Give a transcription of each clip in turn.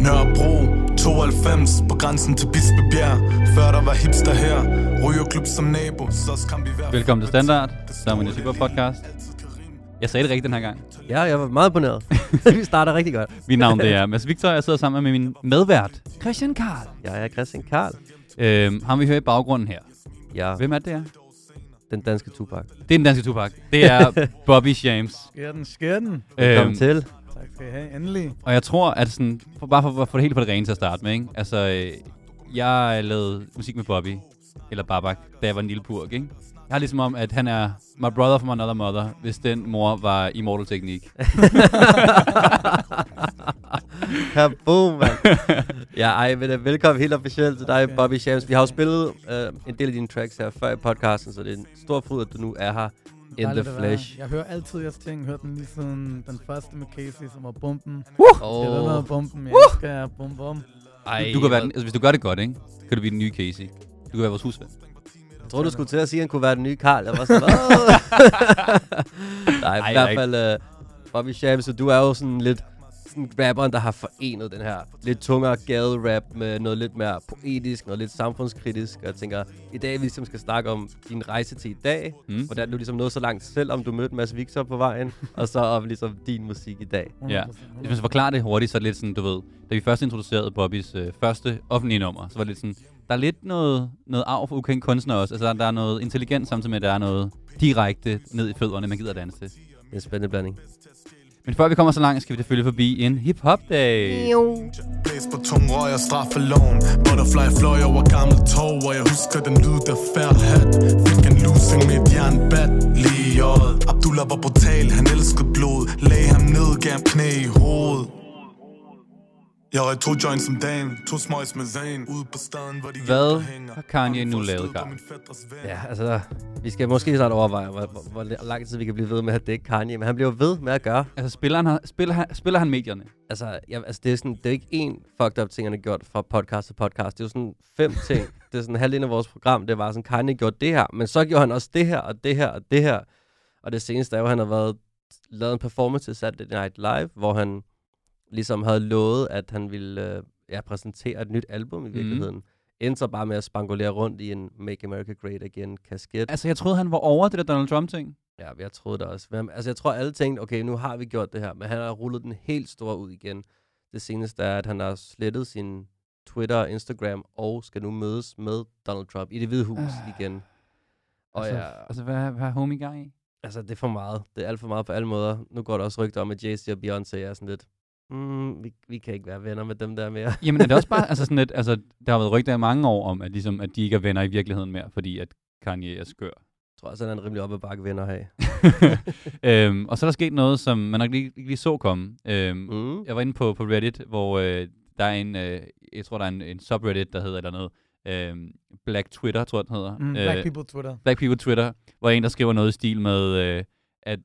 Nørrebro, 92, på grænsen til Bispebjerg. Før der var hipster her, rygerklub som nabo, så kan vi være. Velkommen til Standard, sammen med Super Podcast. Jeg sagde det rigtigt den her gang. Ja, jeg var meget imponeret. Vi starter rigtig godt. Mit navn det er Mads Victor, jeg sidder sammen med min medvært, Christian Karl. Jeg er Christian Karl. Ham vi hører i baggrunden her. Ja. Hvem er det, er? Den danske Tupac. Det er den danske Tupac. Det er Bobby Shams. Sker den. Velkommen til. Tak skal I have, endelig. Og jeg tror, at sådan, bare for at få det helt på det rene til at starte med, ikke? Altså, jeg lavede musik med Bobby, eller Babak, da jeg var en lille purk, ikke? Jeg har ligesom om, at han er my brother from another mother, hvis den mor var i Mortal Teknik. Kaboom, mand. Ja, ej, men velkommen helt officielt til dig, Bobby Shams. Vi har jo spillet en del af dine tracks her før i podcasten, så det er en stor fryd, at du nu er her in the flesh. Jeg hører altid jeres ting. Hørte den lige siden den første med Casey, som var bomben. Det Oh. er noget bomben. Jeg elsker bum bum. Ej, du kan være hvis du gør det godt, ikke? Så kan du blive den nye Casey. Du kan være vores husven. Jeg tror du skulle til at sige, at han kunne være den nye Karl. Jeg var sådan, Nej, i hvert fald, Bobby Shams, du er jo sådan lidt sådan rapperen, der har forenet den her lidt tungere gade-rap med noget lidt mere poetisk, noget lidt samfundskritisk. Og jeg tænker, i dag vi ligesom skal snakke om din rejse til i dag, hvordan du ligesom nåede så langt selv, om du mødte Mads Victor på vejen, og så om ligesom din musik i dag. 100%. Ja. Hvis man skal forklare det hurtigt, så er det lidt sådan, du ved, da vi først introducerede Bobbys første offentlige nummer, så var det lidt sådan, der er lidt noget arv for ukendte kunstnere også. Altså, der er noget intelligent, samtidig med, at der er noget direkte ned i fødderne, man gider at danse til. Det er en spændende blanding. Men før vi kommer så langt, skal vi selvfølgelig forbi en hip-hop-dag. Blæs på tung røg og straffeloven. Butterfly fløj over gammel tog, og jeg husker den lyd, der færd hat. Fik en losing med et jernbat lige i øjet. Abdullah var brutal, han elskede blod. Lagde ham ned, gav ham knæ i hovedet. Jeg røg 2 joints om dagen, 2 smøjs med Zayn. Ude på staden, hvor de Hvad har Kanye nu lavet, Karl? Ja, altså, vi skal måske snart overveje, hvor lang tid vi kan blive ved med at dække Kanye, men han bliver ved med at gøre. Altså, spiller han medierne? Altså, det er sådan, det er ikke én fucked up ting, han har gjort fra podcast til podcast. Det er jo sådan 5 ting. Det er sådan halvdelen af vores program, det var sådan, Kanye gjorde det her, men så gjorde han også det her, og det her, og det her. Og det seneste er jo, han har lavet en performance til Saturday Night Live, hvor han ligesom havde lovet, at han ville præsentere et nyt album i virkeligheden. Endte så bare med at spangulere rundt i en Make America Great Again kasket. Altså, jeg troede, han var over det der Donald Trump-ting. Ja, jeg troede det også. Men, altså, jeg tror, alle tænkte, okay, nu har vi gjort det her, men han har rullet den helt store ud igen. Det seneste er, at han har slettet sin Twitter og Instagram, og skal nu mødes med Donald Trump i Det Hvide Hus igen. Og altså, hvad er homie gang i? Altså, det er for meget. Det er alt for meget på alle måder. Nu går der også rygter om, at Jay-Z og Beyoncé er sådan lidt, vi kan ikke være venner med dem der mere. Jamen, er det også bare, altså sådan lidt, altså, der har været rygter i mange år om, at, ligesom, at de ikke er venner i virkeligheden mere, fordi at Kanye er skør. Jeg tror også, han er en rimelig op ad bakke venner at have. Og så er der sket noget, som man nok ikke lige så komme. Jeg var inde på Reddit, hvor der er jeg tror, der er en subreddit, der hedder eller noget, Black Twitter, tror jeg, den hedder. Black People Twitter. Black People Twitter, hvor en, der skriver noget i stil med, at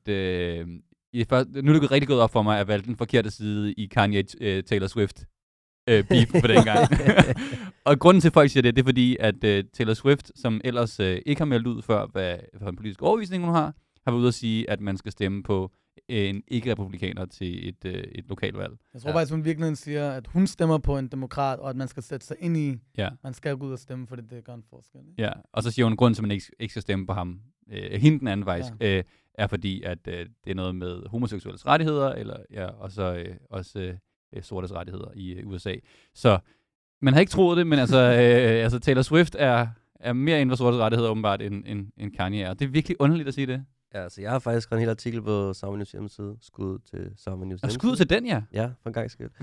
nu er det rigtig gået op for mig, at jeg valgte den forkerte side i Kanye Taylor Swift beef på den gang. Og grunden til, at folk siger det er fordi, at Taylor Swift, som ellers ikke har meldt ud før, hvad for en politisk overbevisning hun har været ude at sige, at man skal stemme på en ikke-republikaner til et lokalvalg. Jeg tror faktisk, hun virkelig siger, at hun stemmer på en demokrat, og at man skal sætte sig ind i, man skal gå ud og stemme, fordi det gør en forskel. Ikke? Ja, og så siger hun, at grunden til, at man ikke skal stemme på ham, hende den anden faktisk, er fordi, at det er noget med homoseksuelles rettigheder, eller og så også sortes rettigheder i USA. Så man har ikke troet det, men altså Taylor Swift er mere inden for sortes rettigheder åbenbart, end Kanye er. Det er virkelig underligt at sige det. Ja, så jeg har faktisk skrevet en hel artikel på Summer News hjemmeside. Skud til Summer News hjemmeside. Skud til den, ja? Ja, for en gang skyld.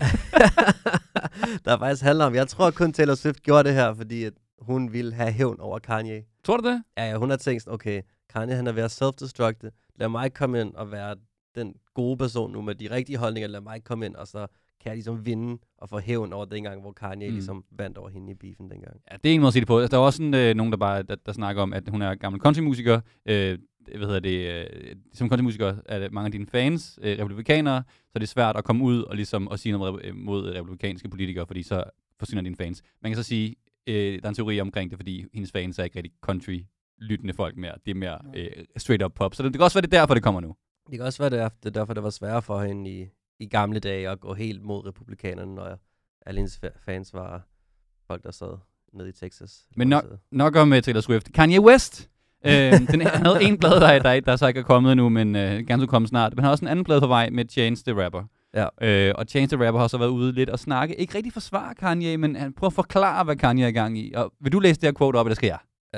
Der faktisk handler om, jeg tror kun Taylor Swift gjorde det her, fordi at hun ville have hævn over Kanye. Tror du det? Ja, hun har tænkt, okay, Kanye han er ved at self-destructe. Lad mig komme ind og være den gode person nu med de rigtige holdninger. Lad mig komme ind, og så kan jeg ligesom vinde og få hævn over dengang, hvor Kanye ligesom vandt over hende i beefen dengang. Ja, det er en måde at sige det på. Altså, der er også sådan, nogen, der snakker om, at hun er gammel countrymusiker. Som countrymusiker er det mange af dine fans, republikanere, så det er svært at komme ud og ligesom at sige noget mod republikanske politikere, fordi så forsvinder dine fans. Man kan så sige, der er en teori omkring det, fordi hendes fans er ikke rigtig country-lyttende folk mere. Det er mere straight up pop. Så det kan også være, det er derfor, det kommer nu. Det kan også være, det er derfor, det var sværere for hende i gamle dage at gå helt mod republikanerne, når alle hendes fans var folk, der sad nede i Texas. Men nok om Taylor Swift. Kanye West! Han havde en plade, der så ikke er kommet endnu, men gerne skulle komme snart. Men han har også en anden plade på vej med Chance the Rapper. Ja. Og Chance the Rapper har så været ude lidt og snakke. Ikke rigtig forsvare Kanye, men han prøver at forklare, hvad Kanye er i gang i. Og vil du læse det her quote op, eller skal jeg?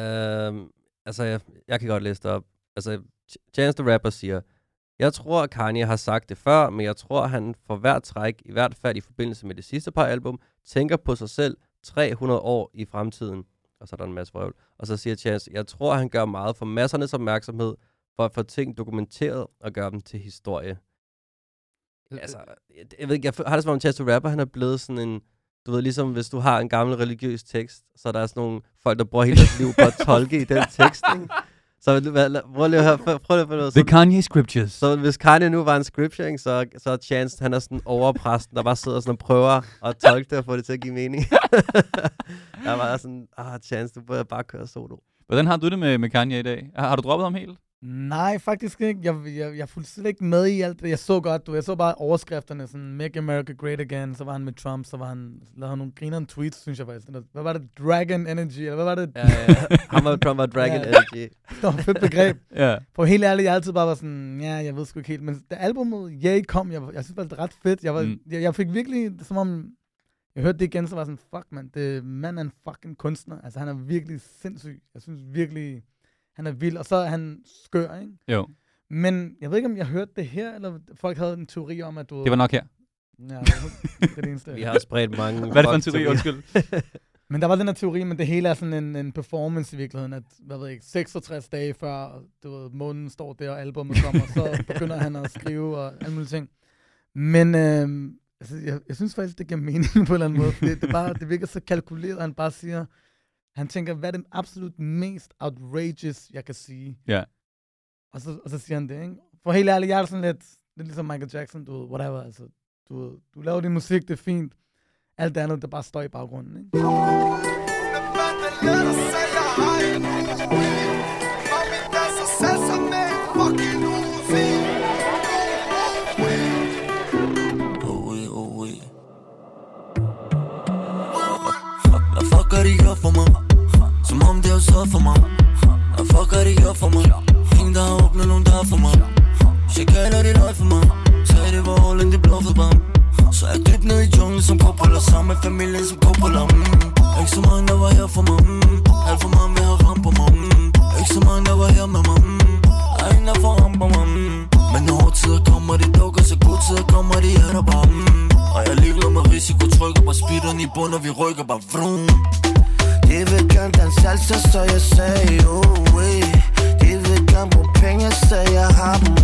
Jeg kan godt læse det op. Altså, Chance the Rapper siger, jeg tror, at Kanye har sagt det før, men jeg tror, at han for hvert træk, i hvert fald i forbindelse med det sidste par album, tænker på sig selv 300 år i fremtiden. Og så er der en masse vrøvl. Og så siger Chance, jeg tror, at han gør meget for massernes opmærksomhed, for at få ting dokumenteret og gøre dem til historie. Altså, jeg ved ikke, jeg har det som om Chance the Rapper, han er blevet sådan en, du ved, ligesom hvis du har en gammel religiøs tekst, så der er sådan nogle folk, der bruger hele deres liv på at tolke i den tekst, ikke? Så prøv lige at høre noget. The Kanye Scriptures. Så hvis Kanye nu var en scripture, ikke, så er Chance, han er sådan overpræsten, der bare sidder sådan og prøver at tolke det og få det til at give mening. Jeg var sådan, Chance, du burde bare køre solo. Hvordan har du det med Kanye i dag? Har du droppet ham helt? Nej, faktisk ikke. Jeg fulgte slet ikke med i alt det. Jeg så godt, jeg så bare overskrifterne, sådan Make America Great Again, så var han med Trump, så var han, lavede nogle grinerende tweets, synes jeg faktisk. Hvad var det? Dragon Energy, eller hvad var det? Ja. Han var Trump og Dragon Energy. Det var et fedt begreb. Ja. For helt ærligt, jeg altid bare var sådan, jeg ved sgu ikke helt. Men da albumet Ye kom, jeg synes det var ret fedt. Jeg fik virkelig, som om, jeg hørte det igen, så var sådan, fuck man, mand er en fucking kunstner. Altså han er virkelig sindssyg. Jeg synes virkelig, han er vild, og så er han skør, ikke? Jo. Men jeg ved ikke, om jeg hørte det her, eller folk havde en teori om, at du... Det var nok her. Ja, det er det eneste. Vi har spredt mange... Hvad er det for en teori, undskyld? Men der var den her teori, men det hele er sådan en performance i virkeligheden, at, hvad ved jeg, 66 dage før, du ved, månen står der, og albumet kommer, så begynder han at skrive og alle mulige ting. Men altså, jeg synes faktisk, det giver mening på en eller anden måde, fordi det virker så kalkuleret, at han bare siger... Han tænker, hvad er det absolut mest outrageous, jeg kan sige? Ja. Og så siger han det, ikke? For helt ærligt, jeg er sådan lidt ligesom Michael Jackson, du ved, whatever, altså. Du laver din musik, det er fint. Alt det andet, der bare står i baggrunden, ikke? Hvad fuck er de gjort for mig? Som om det er så for mig. Hvad fuck er de gjort for mig? Ingen der har åbnet nogen dør for mig. Så jeg kalder det løg for mig. Sagde det var all in, det bluffede bare. Så jeg dybt ned i junglen som Coppola. Sammen med familien som Coppola. Ikke så mange der var her for mig. Alt for mange vil have ramt på mig. Ikke så mange der var her med mig. Der er ingen der får ramt på mig. Men når hårde tider kommer, de dukker. Så gode tider kommer, de er der bare. Og jeg er ligeglad med risiko. Trykker bare speederen i bund, og vi rykker bare vrum. De vil gerne danse salsa, så jeg sagde, de vil gerne bruge penge, så jeg har dem,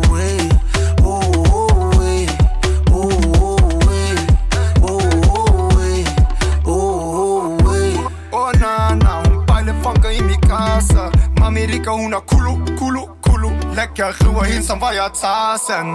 hun bejlefunker i min kasse. Mami Rika, hun er kulu. Lækker river hende, som var jeg Tarzan.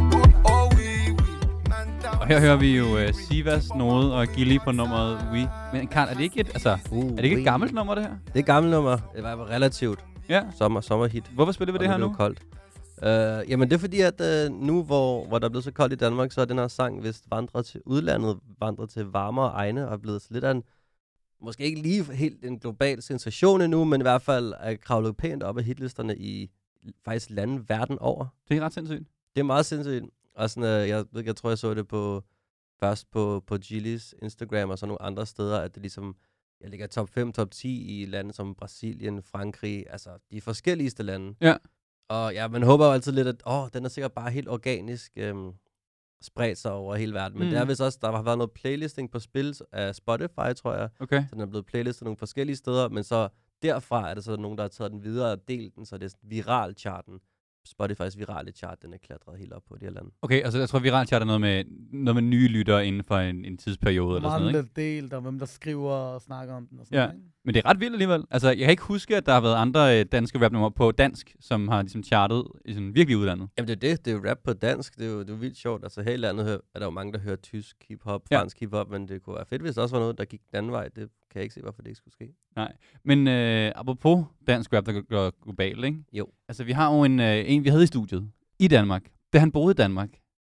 Og her hører vi jo Sivas, Node og Gilly på nummeret We. Men Karl, er det ikke et gammelt nummer, det her? Det er et gammelt nummer. Det var relativt sommerhit. Hvorfor spiller vi det her nu? Koldt. Jamen det er fordi, at nu hvor der er blevet så koldt i Danmark, så er den her sang vist vandret til udlandet, vandret til varmere egne, og er blevet lidt af en, måske ikke lige helt en global sensation endnu, men i hvert fald er kravlet pænt op af hitlisterne i faktisk lande verden over. Det er ret sindssygt. Det er meget sindssygt. Og sådan, jeg tror, jeg så det først på Gillys Instagram og så nogle andre steder, at det ligesom, jeg ligger top 5, top 10 i lande som Brasilien, Frankrig, altså de forskelligste lande. Ja. Og ja, man håber jo altid lidt, at den er sikkert bare helt organisk spredt sig over hele verden. Men det er vist også, der har været noget playlisting på spil af Spotify, tror jeg. Okay. Så den er blevet playlistet nogle forskellige steder, men så derfra er der så nogen, der har taget den videre og delt den, så det er viral-charten. Spotifys virale chart, den er klatret helt op på de her lande. Okay, altså jeg tror, viral chart er noget med nye lyttere inden for en tidsperiode eller sådan noget, ikke? Meget delt, og hvem der skriver og snakker om den og sådan noget, ikke? Men det er ret vildt alligevel. Altså, jeg kan ikke huske, at der har været andre danske rapnummer på dansk, som har ligesom chartet i sådan virkelig udlandet. Jamen det er det. Det er jo rap på dansk. Det er jo vildt sjovt. Altså her i landet er der jo mange, der hører tysk hiphop, fransk hiphop, men det kunne være fedt, hvis der også var noget, der gik den anden vej. Det kan jeg ikke se, hvorfor det ikke skulle ske. Nej, men apropos dansk rap, der går globalt, ikke? Jo. Altså vi har jo en vi havde i studiet i Danmark, da han boede i Danmark.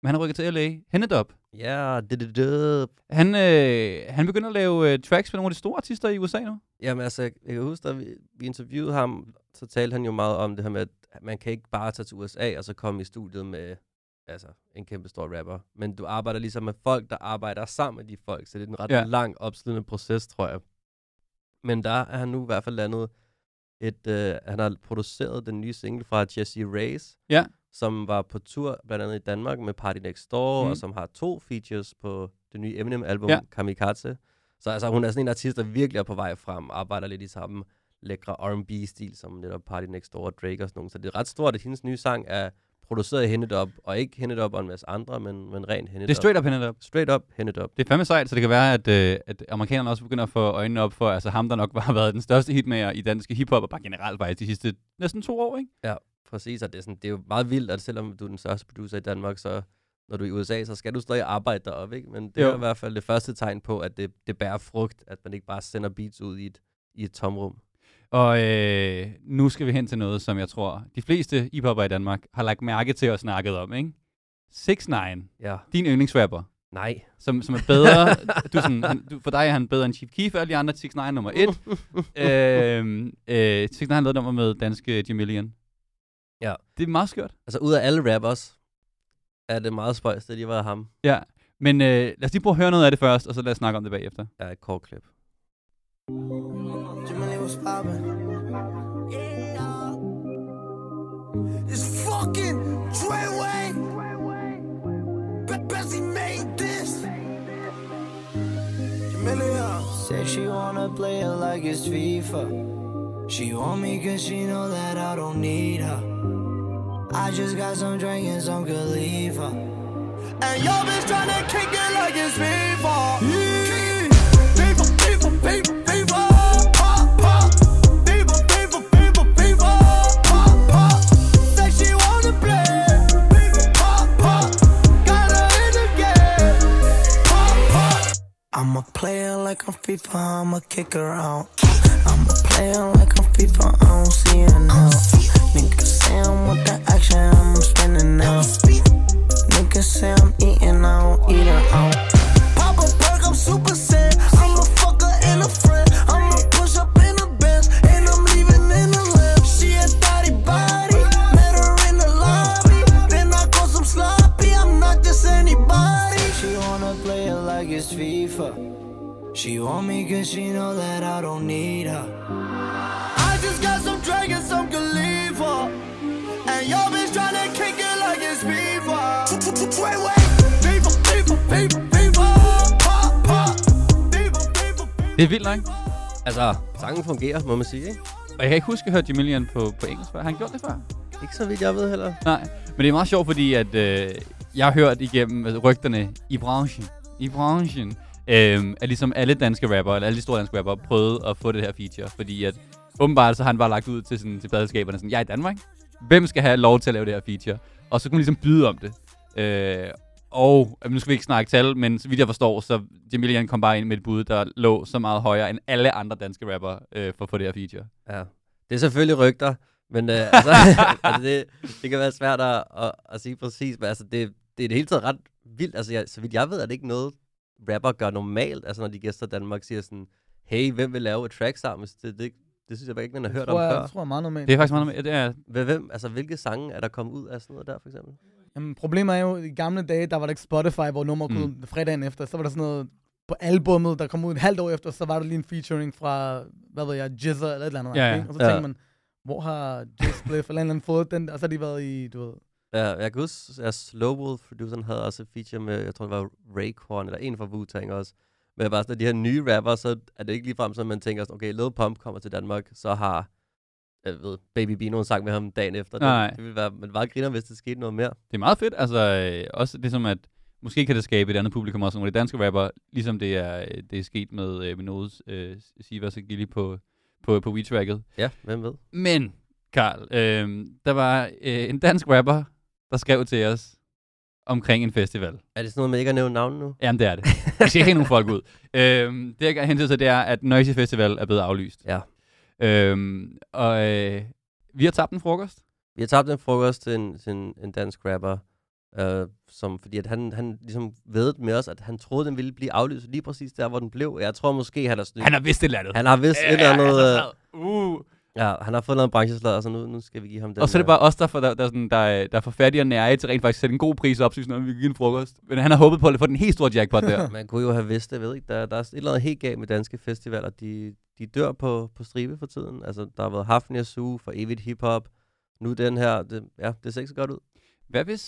men han er rykket til LA. Hennedop. Ja, det. Han begynder at lave tracks med nogle af de store artister i USA nu. Jamen altså, jeg kan huske, at vi interviewede ham, så talte han jo meget om det her med, at man kan ikke bare tage til USA og så komme i studiet med en kæmpe stor rapper. Men du arbejder ligesom med folk, der arbejder sammen med de folk, så det er en ret lang, opslidende proces, tror jeg. Men der er han nu i hvert fald landet han har produceret den nye single fra Jessie Reyez, som var på tur blandt andet i Danmark med Party Next Door, og som har 2 features på det nye Eminem-album, Kamikaze. Så altså, hun er sådan en artist, der virkelig er på vej frem, arbejder lidt i samme lækre R&B-stil, som netop Party Next Door og Drake og sådan noget. Så det er ret stort, at hendes nye sang er produceret i Hennedop, og ikke Hennedop og en masse andre, men ren Hennedop. Det er straight up Hennedop. Straight up Hennedop. Det er fandme sejt, så det kan være, at amerikanerne også begynder at få øjnene op for, altså ham, der nok har været den største hitmager i danske hiphop, og bare generelt faktisk de sidste næsten 2 år, ikke? Ja, præcis, og det er jo meget vildt, at selvom du er den største producer i Danmark, så når du er i USA, så skal du stadig arbejde deroppe, ikke? Men det er i hvert fald det første tegn på, at det bærer frugt, at man ikke bare sender beats ud i et tomrum. Og nu skal vi hen til noget, som jeg tror, de fleste hiphopper i Danmark har lagt mærke til og snakket om, ikke? 6ix9ine, din yndlingsrapper. Nej. Som er bedre, for dig er han bedre end Chief Keef og alle de andre. 6ix9ine nummer 1. 6ix9ine lavede nummer med danske Jamilian. Ja. Det er meget skørt. Altså ud af alle rappers, er det meget spøjst, at de var ham. Ja, men lad os lige prøve at høre noget af det først, og så lad os snakke om det bagefter. Ja, et kort klip. Was poppin'. It's fucking Treyway. Bessie made this. Jamila said she wanna play it like it's FIFA. She want me cause she know that I don't need her. I just got some drink and some Khalifa. And your bitch tryna kick it like it's FIFA. FIFA. I'm a player like I'm FIFA, I'm a kicker out. I'm a player like I'm FIFA, I don't see it now. Niggas say I'm with the action, I'm spinning out. Niggas say I'm eating, I don't eat it out. Pop a perk, I'm super sad. I'm a fucker and a friend. I'm a push up in a Benz, and I'm leaving in a lamb. She a thotty body, met her in the lobby. Then I call some sloppy, I'm not just anybody. She wanna play it like it's FIFA. She want me cause she know that I don't need her. I just got some drink and some Khalifa. And your bitch tryna kick it like it's FIFA. Det er vildt, ikke? Altså, sangen fungerer, må man sige, ikke? Og jeg kan ikke huske at høre Jamilian på engelsk før. Har han gjort det før? Ikke så vidt jeg ved heller. Nej, men det er meget sjovt, fordi at jeg har hørt igennem rygterne i branchen, at ligesom alle danske rapper, eller alle de store danske rapper, prøvede at få det her feature, fordi at åbenbart så har han bare lagt ud til pladselskaberne sådan, jeg er i Danmark, hvem skal have lov til at lave det her feature? Og så kunne man ligesom byde om det. Og nu skal vi ikke snakke tal, men så vidt jeg forstår, så Jamilian kom bare ind med et bud, der lå så meget højere end alle andre danske rapper for at få det her feature. Ja, det er selvfølgelig rygter, men det kan være svært at sige præcis, men altså, det er det hele taget ret vildt. Altså, så vidt jeg ved, er det ikke noget, rapper gør normalt, altså når de gæster Danmark siger sådan, hey, hvem vil lave et track sammen? Det synes jeg bare ikke, man har hørt om før. Det tror jeg er meget normalt. Det er faktisk meget normalt, ja, det er. Hvem, altså, hvilke sange er der kommet ud af sådan noget der, for eksempel? Jamen, problemet er jo, i gamle dage, der var der ikke Spotify, hvor nummer kunne ud fredagen efter. Så var der sådan noget på albummet, der kom ud et halvt år efter, så var der lige en featuring fra, hvad ved jeg, Jizza eller et eller andet. Ja. Og så tænker man, hvor har Jizz eller anden fået den? Og så har de været i, du ved... Ja, jeg kan huske, at Slow Wolf produceren havde også et feature med, jeg tror det var Raekwon, eller en fra Wu-Tang også. Men bare sådan, de her nye rappere, så er det ikke ligefrem, som man tænker, okay, Lil Pump kommer til Danmark, så har Baby B nogen sang med ham dagen efter. Det ville være, men bare griner, hvis det skete noget mere. Det er meget fedt, altså også det som, at måske kan det skabe et andet publikum også, nogle af de danske rapper, ligesom det er sket med Nodes, Sivas og Gilly på WeTracket. Ja, hvem ved? Men, Carl, der var en dansk rapper, der skrev til os omkring en festival. Er det sådan noget med ikke at nævne navn nu? Jamen, det er det. Vi skal ikke nogle folk ud. Det, jeg kan hente til, det er, at Noisy Festival er blevet aflyst. Ja. Vi har tabt en frokost. Vi har tabt en frokost til en dansk rapper. Fordi at han ligesom vedede med os, at han troede, den ville blive aflyst lige præcis der, hvor den blev. Jeg tror måske, han har snydt. Han har vidst et eller andet. Han har vidst et eller andet. Uh. Ja, han har fået noget brancheslader, så nu skal vi give ham den. Og så er det bare os, der får fat i og nære til rent faktisk sætte en god pris op, så vi kan give en frokost. Men han har håbet på at få den helt store jackpot der. Man kunne jo have vidst det, jeg ved ikke. Der er et eller andet helt galt med danske festivaler. De dør på stribe for tiden. Altså, der har været Hafnia Zoo for evigt hiphop. Nu den her, det ser ikke så godt ud. Hvad hvis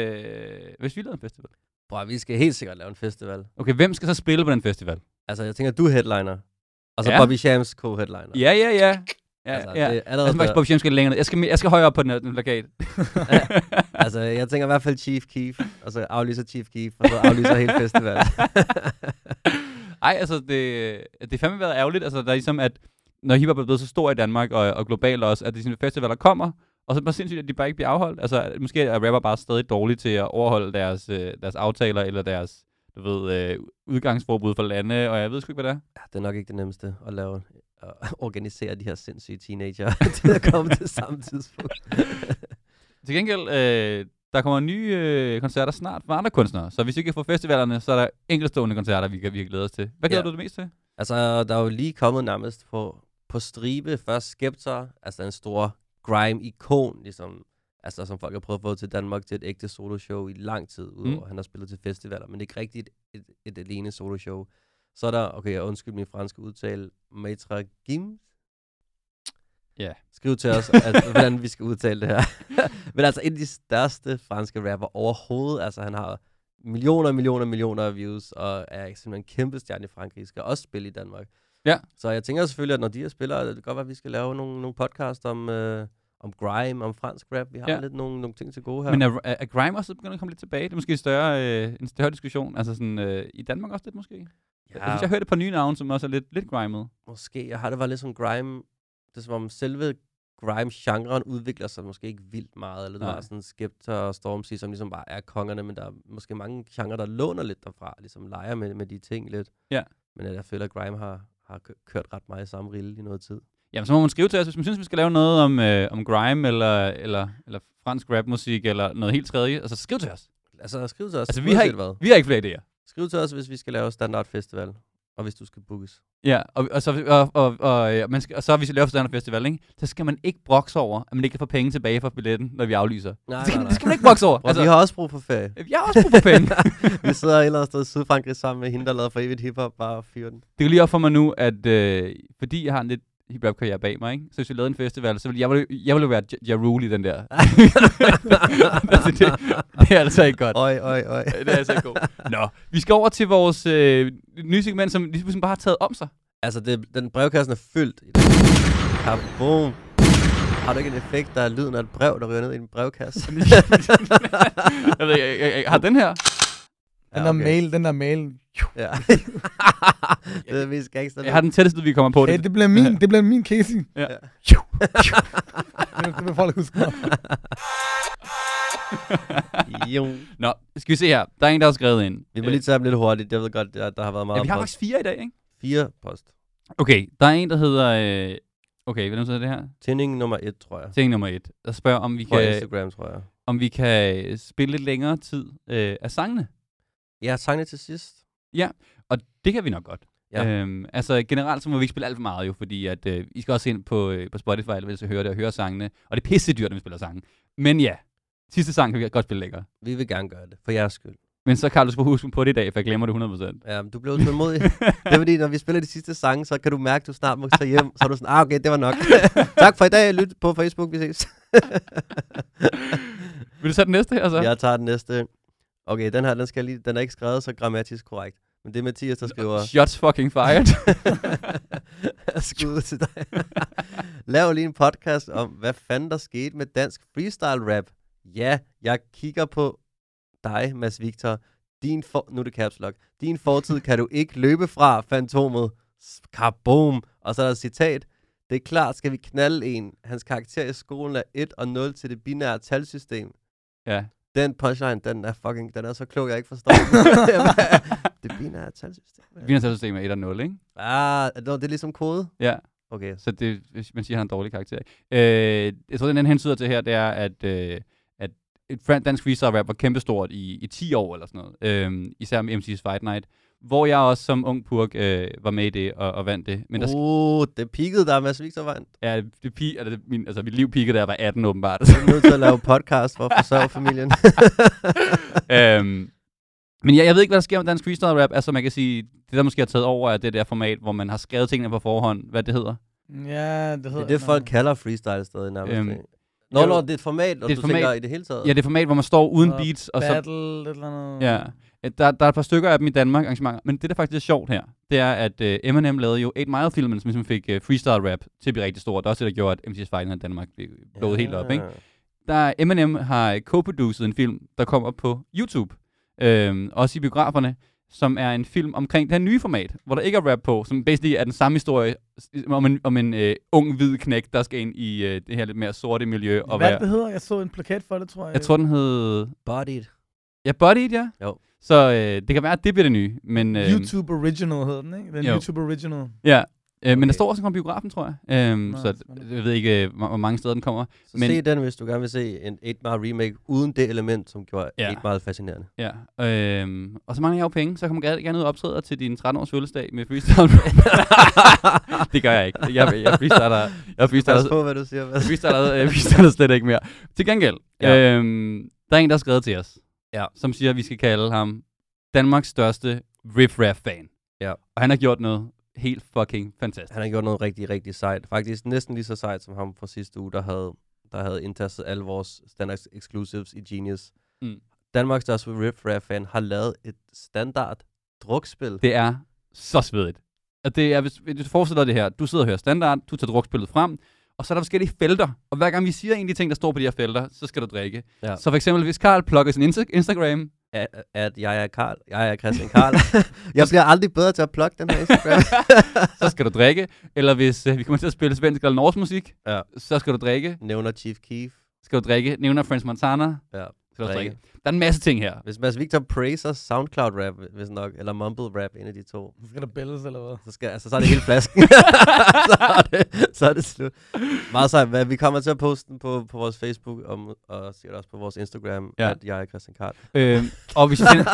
vi lavede en festival? Bro, vi skal helt sikkert lave en festival. Okay, hvem skal så spille på den festival? Altså, jeg tænker, du headliner. Og så Ja. Bobby Shams co-headliner. Ja. Altså, ja. det er allerede Altså, faktisk Bobby Shams skal længere ned. Jeg skal højere op på den plakat. Altså, jeg tænker i hvert fald Chief Keef, og så aflyser Chief Keef, og så aflyser hele festivalen. Ej, altså, det fandme været ærgerligt. Altså, der er ligesom, at når hiphop er blevet så stor i Danmark, og globalt også, at de sådan festivaler kommer, og så er det bare sindssygt, at de bare ikke bliver afholdt. Altså, måske er rapper bare stadig dårlige til at overholde deres aftaler, eller deres, udgangsforbud for lande, og jeg ved sgu ikke, hvad det er. Ja, det er nok ikke det nemmeste at lave at organisere de her sindssyge teenager til at komme til samme tidspunkt. Til gengæld, der kommer nye koncerter snart for andre kunstnere, så hvis vi kan få festivalerne, så er der enkeltstående koncerter, vi kan glæde os til. Hvad glæder du det mest til? Altså, der er jo lige kommet nærmest på stribe først Skepta, altså en stor grime-ikon, ligesom, altså som folk har prøvet at få til Danmark til et ægte soloshow i lang tid, udover han har spillet til festivaler, men ikke rigtigt et alene soloshow. Så er der, okay, jeg undskyld min franske udtale, Maitre Gims. Ja. Skriv til os, hvordan vi skal udtale det her. Men altså, en af de største franske rapper overhovedet, altså han har millioner af views, og er simpelthen en kæmpe stjerne i Frankrig, skal også spille i Danmark. Ja. Så jeg tænker selvfølgelig, at når de her spiller, det kan godt være, at vi skal lave nogle podcast om grime, om fransk rap. Vi har lidt nogle ting til gode her. Men er grime også begyndt at komme lidt tilbage? Det er måske en større diskussion. Altså sådan, i Danmark også lidt måske? Ja. Jeg synes, jeg hørte et par nye navne, som også er lidt grimet. Måske. Jeg har det var lidt sådan grime. Det er som om selve grime-genren udvikler sig måske ikke vildt meget. Eller det var sådan Skepta og Stormzy, som ligesom bare er kongerne, men der er måske mange genrer, der låner lidt derfra. Ligesom leger med de ting lidt. Ja. Men jeg føler, at grime har kørt ret meget i samme rille i noget tid. Jamen, så må man skrive til os, hvis man synes, vi skal lave noget om grime, eller fransk rapmusik, eller noget helt tredje. Altså, skriv til os. Altså, skriv til os. Altså, vi har ikke flere idéer. Skriv til os, hvis vi skal lave Standard Festival, og hvis du skal bookes. Ja, og så hvis vi laver Standard Festival, ikke? Så skal man ikke brokse over, at man ikke kan få penge tilbage for billetten, når vi aflyser. Nej. Det skal man ikke brokse over. Altså, vi har også brug for ferie. Vi har også brug for penge. Vi sidder et eller andet sted i Sydfrankrig sammen med hende, der lavede for evigt hiphop, bare fyre den. Det går lige op for mig nu, at fordi jeg har en lidt hip-hop-karriere bag mig, ikke? Så hvis vi lavede en festival, så ville jeg ville være Ja Rule i den der. Altså, det er altså ikke godt. Oj. Det er altså ikke godt. Nå, vi skal over til vores nye segment, som ligesom bare har taget om sig. Altså, den brevkassen er fyldt. Kaboom. Har du ikke en effekt, der er lyden af et brev, der ryger ned i en brevkasse? Jeg ved ikke, jeg har den her. Den der mail. Ja. Det er mest gangster. Jeg har den tætteste, vi kommer på det. Det bliver min Casey. Ja. Det vil folk huske mig. Nå, skal vi se her. Der er en, der har skrevet ind. Vi må lige tage dem lidt hurtigt. Jeg ved godt, der har været meget. Ja, vi har faktisk 4 i dag, ikke? 4 post. Okay, der er en, der hedder... Okay, hvad er det her? Tænding nummer 1, tror jeg. Tænding nummer 1. Der spørger, om vi kan... Instagram, tror jeg. Om vi kan spille lidt længere tid af sangene. Ja, sangene til sidst. Ja, og det kan vi nok godt. Ja. Altså generelt så må vi ikke spille alt for meget jo, fordi at I skal også ind på Spotify, eller vil så høre det og høre sangene. Og det er pisse dyrt, når vi spiller sange. Men ja, sidste sang kan vi godt spille længere. Vi vil gerne gøre det, for jeres skyld. Men så kan du huske på det i dag, for jeg glemmer det 100%. Ja, du blev tålmodig. Det er fordi, når vi spiller de sidste sange, så kan du mærke, at du snart må tage hjem. Så er du sådan, okay, det var nok. Tak for i dag. Lyt på Facebook, vi ses. Vil du tage den næste her så? Jeg tager den næste. Okay, den her, den er ikke skrevet så grammatisk korrekt. Men det er Mathias, der skriver... Shots fucking fired. Skud til dig. Lav lige en podcast om, hvad fanden der skete med dansk freestyle rap. Ja, jeg kigger på dig, Mads Victor. Nu er det caps lock. Din fortid kan du ikke løbe fra, Fantomet. Kaboom. Og så er der et citat. Det er klart, skal vi knalde en. Hans karakter i skolen er 1 og 0 til det binære talsystem. Ja. Den punchline, den er så klog, jeg ikke forstår. Det binære talsystem. Det binære talsystem er 1 og 0, ikke? Det er ligesom kode? Ja. Okay. Så det, hvis man siger, at han har en dårlig karakter. Jeg tror, den hensyder til her, det er, at dansk freestyle rap var kæmpestort i 10 år eller sådan noget. Især med MC's Fight Night. Hvor jeg også som ung purk var med i det og vandt det. Men det peakede der, Mads Victor vandt. Ja, mit liv peakede, da jeg var 18 åbenbart. Du er nødt til at lave podcast for at forsørge familien. Men jeg ved ikke, hvad der sker med dansk freestyle rap. Altså man kan sige, det der måske har taget over, er det der format, hvor man har skrevet tingene på forhånd. Hvad det hedder? Ja, det hedder det folk kalder freestyle stadig nærmest. Det er et format, og du tænker i det hele taget. Ja, det er et format, hvor man står uden beats. Og battle, så, et eller andet. Ja. Der er et par stykker af dem i Danmark arrangementer, men det der faktisk er sjovt her, det er, at Eminem lavede jo 8 Mile-filmen, som ligesom fik freestyle rap til at blive rigtig stort. Det er også det, der gjorde, at MC's Fight Night i Danmark blev blået helt op, ikke? Eminem har co-produceret en film, der kommer på YouTube, også i biograferne, som er en film omkring det her nye format, hvor der ikke er rap på, som basically er den samme historie om en ung, hvid knægt, der skal ind i det her lidt mere sorte miljø. Hvad det hedder? Jeg så en plakat for det, tror jeg. Jeg tror, den hed... Bodied. Ja, Bodied, ja. Jo. Så det kan være, at det bliver det nye, men... YouTube Original hedder den, ikke? Den YouTube Original. Ja, men der står også en biografen, tror jeg. Så jeg ved ikke, hvor mange steder den kommer. Så se den, hvis du gerne vil se en 8 Mile remake, uden det element, som gjorde 8 Mile fascinerende. Ja, og så mangler jeg jo penge, så kommer jeg gerne ud og optræde til din 13-års fødselsdag med freestyle. Det gør jeg ikke. Jeg freestyler... Pas på, hvad du siger. Jeg freestyler slet ikke mere. Til gengæld, der er en, der har skrevet til os. Ja, som siger, at vi skal kalde ham Danmarks største riff-raff-fan. Ja. Og han har gjort noget helt fucking fantastisk. Han har gjort noget rigtig, rigtig sejt. Faktisk næsten lige så sejt som ham fra sidste uge, der havde indtastet alle vores standard exclusives i Genius. Danmarks største riff-raff-fan har lavet et standard drukspil. Det er så svedigt. Og det er, hvis du forestiller det her, du sidder og hører standard, du tager drukspillet frem, og så er der forskellige felter. Og hver gang vi siger en af de ting, der står på de her felter, så skal du drikke. Ja. Så for eksempel, hvis Karl plugger sin Instagram... At jeg er Karl. Jeg er Christian Karl. Jeg bliver aldrig bedre til at plugge den her Instagram. Så skal du drikke. Eller hvis vi kommer til at spille svensk eller norsk musik, så skal du drikke. Nævner Chief Keef. Skal du drikke. Nævner French Montana. Ja. Skal du drikke. Der er en masse ting her. Hvis Mads Victor praiser SoundCloud rap, hvis nok, eller mumble rap, en af de to. Så skal der bælles, eller hvad? Så er det hele flasken. så er det slut. Meget sejt. Vi kommer til at poste den på vores Facebook, og sikkert også på vores Instagram, at jeg er Christian Karl. Og hvis den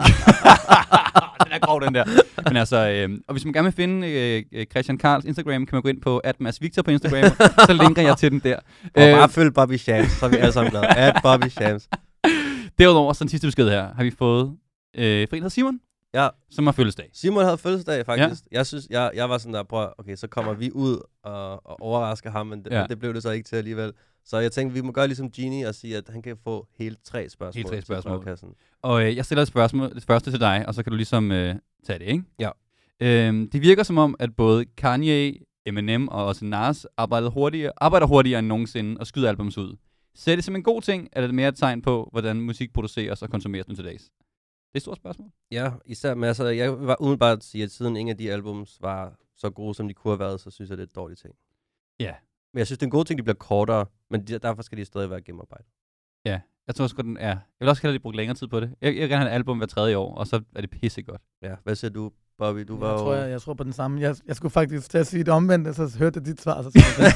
er grov, den der. Men altså, og hvis man gerne vil finde Christian Karls Instagram, kan man gå ind på @MadsVictor på Instagram, så linker jeg til den der. Og bare følg Bobby Shams, så er vi alle sammen glade. @Bobby Shams. Derudover, så den sidste besked her, har vi fået for en, der hedder Simon, som har fødselsdag. Simon havde fødselsdag, faktisk. Ja. Jeg synes, jeg var sådan der, okay, så kommer vi ud og overrasker ham, men det blev det så ikke til alligevel. Så jeg tænkte, vi må gøre ligesom Genie og sige, at han kan få hele 3 spørgsmål. Og jeg stiller det første til dig, og så kan du ligesom tage det, ikke? Ja. Det virker som om, at både Kanye, Eminem og også Nas arbejder hurtigere end nogensinde og skyder albums ud. Ser det som en god ting, eller er det mere et tegn på, hvordan musik produceres og konsumeres nu til dags? Det er et stort spørgsmål. Ja, især med, altså, jeg var umiddelbart at sige, at siden ingen af de albums var så gode, som de kunne have været, så synes jeg, det er et dårligt ting. Ja. Men jeg synes, det er en god ting, de bliver kortere, men derfor skal de stadig være gennemarbejdet. Ja, jeg tror også godt, den er. Jeg vil også hellere, de bruge længere tid på det. Jeg vil gerne have et album hver 3. år, og så er det pissegodt. Ja, hvad siger du, Bobby? Jeg tror på den samme. Jeg skulle faktisk til at sige det omvendt, så hørte jeg dit svar, så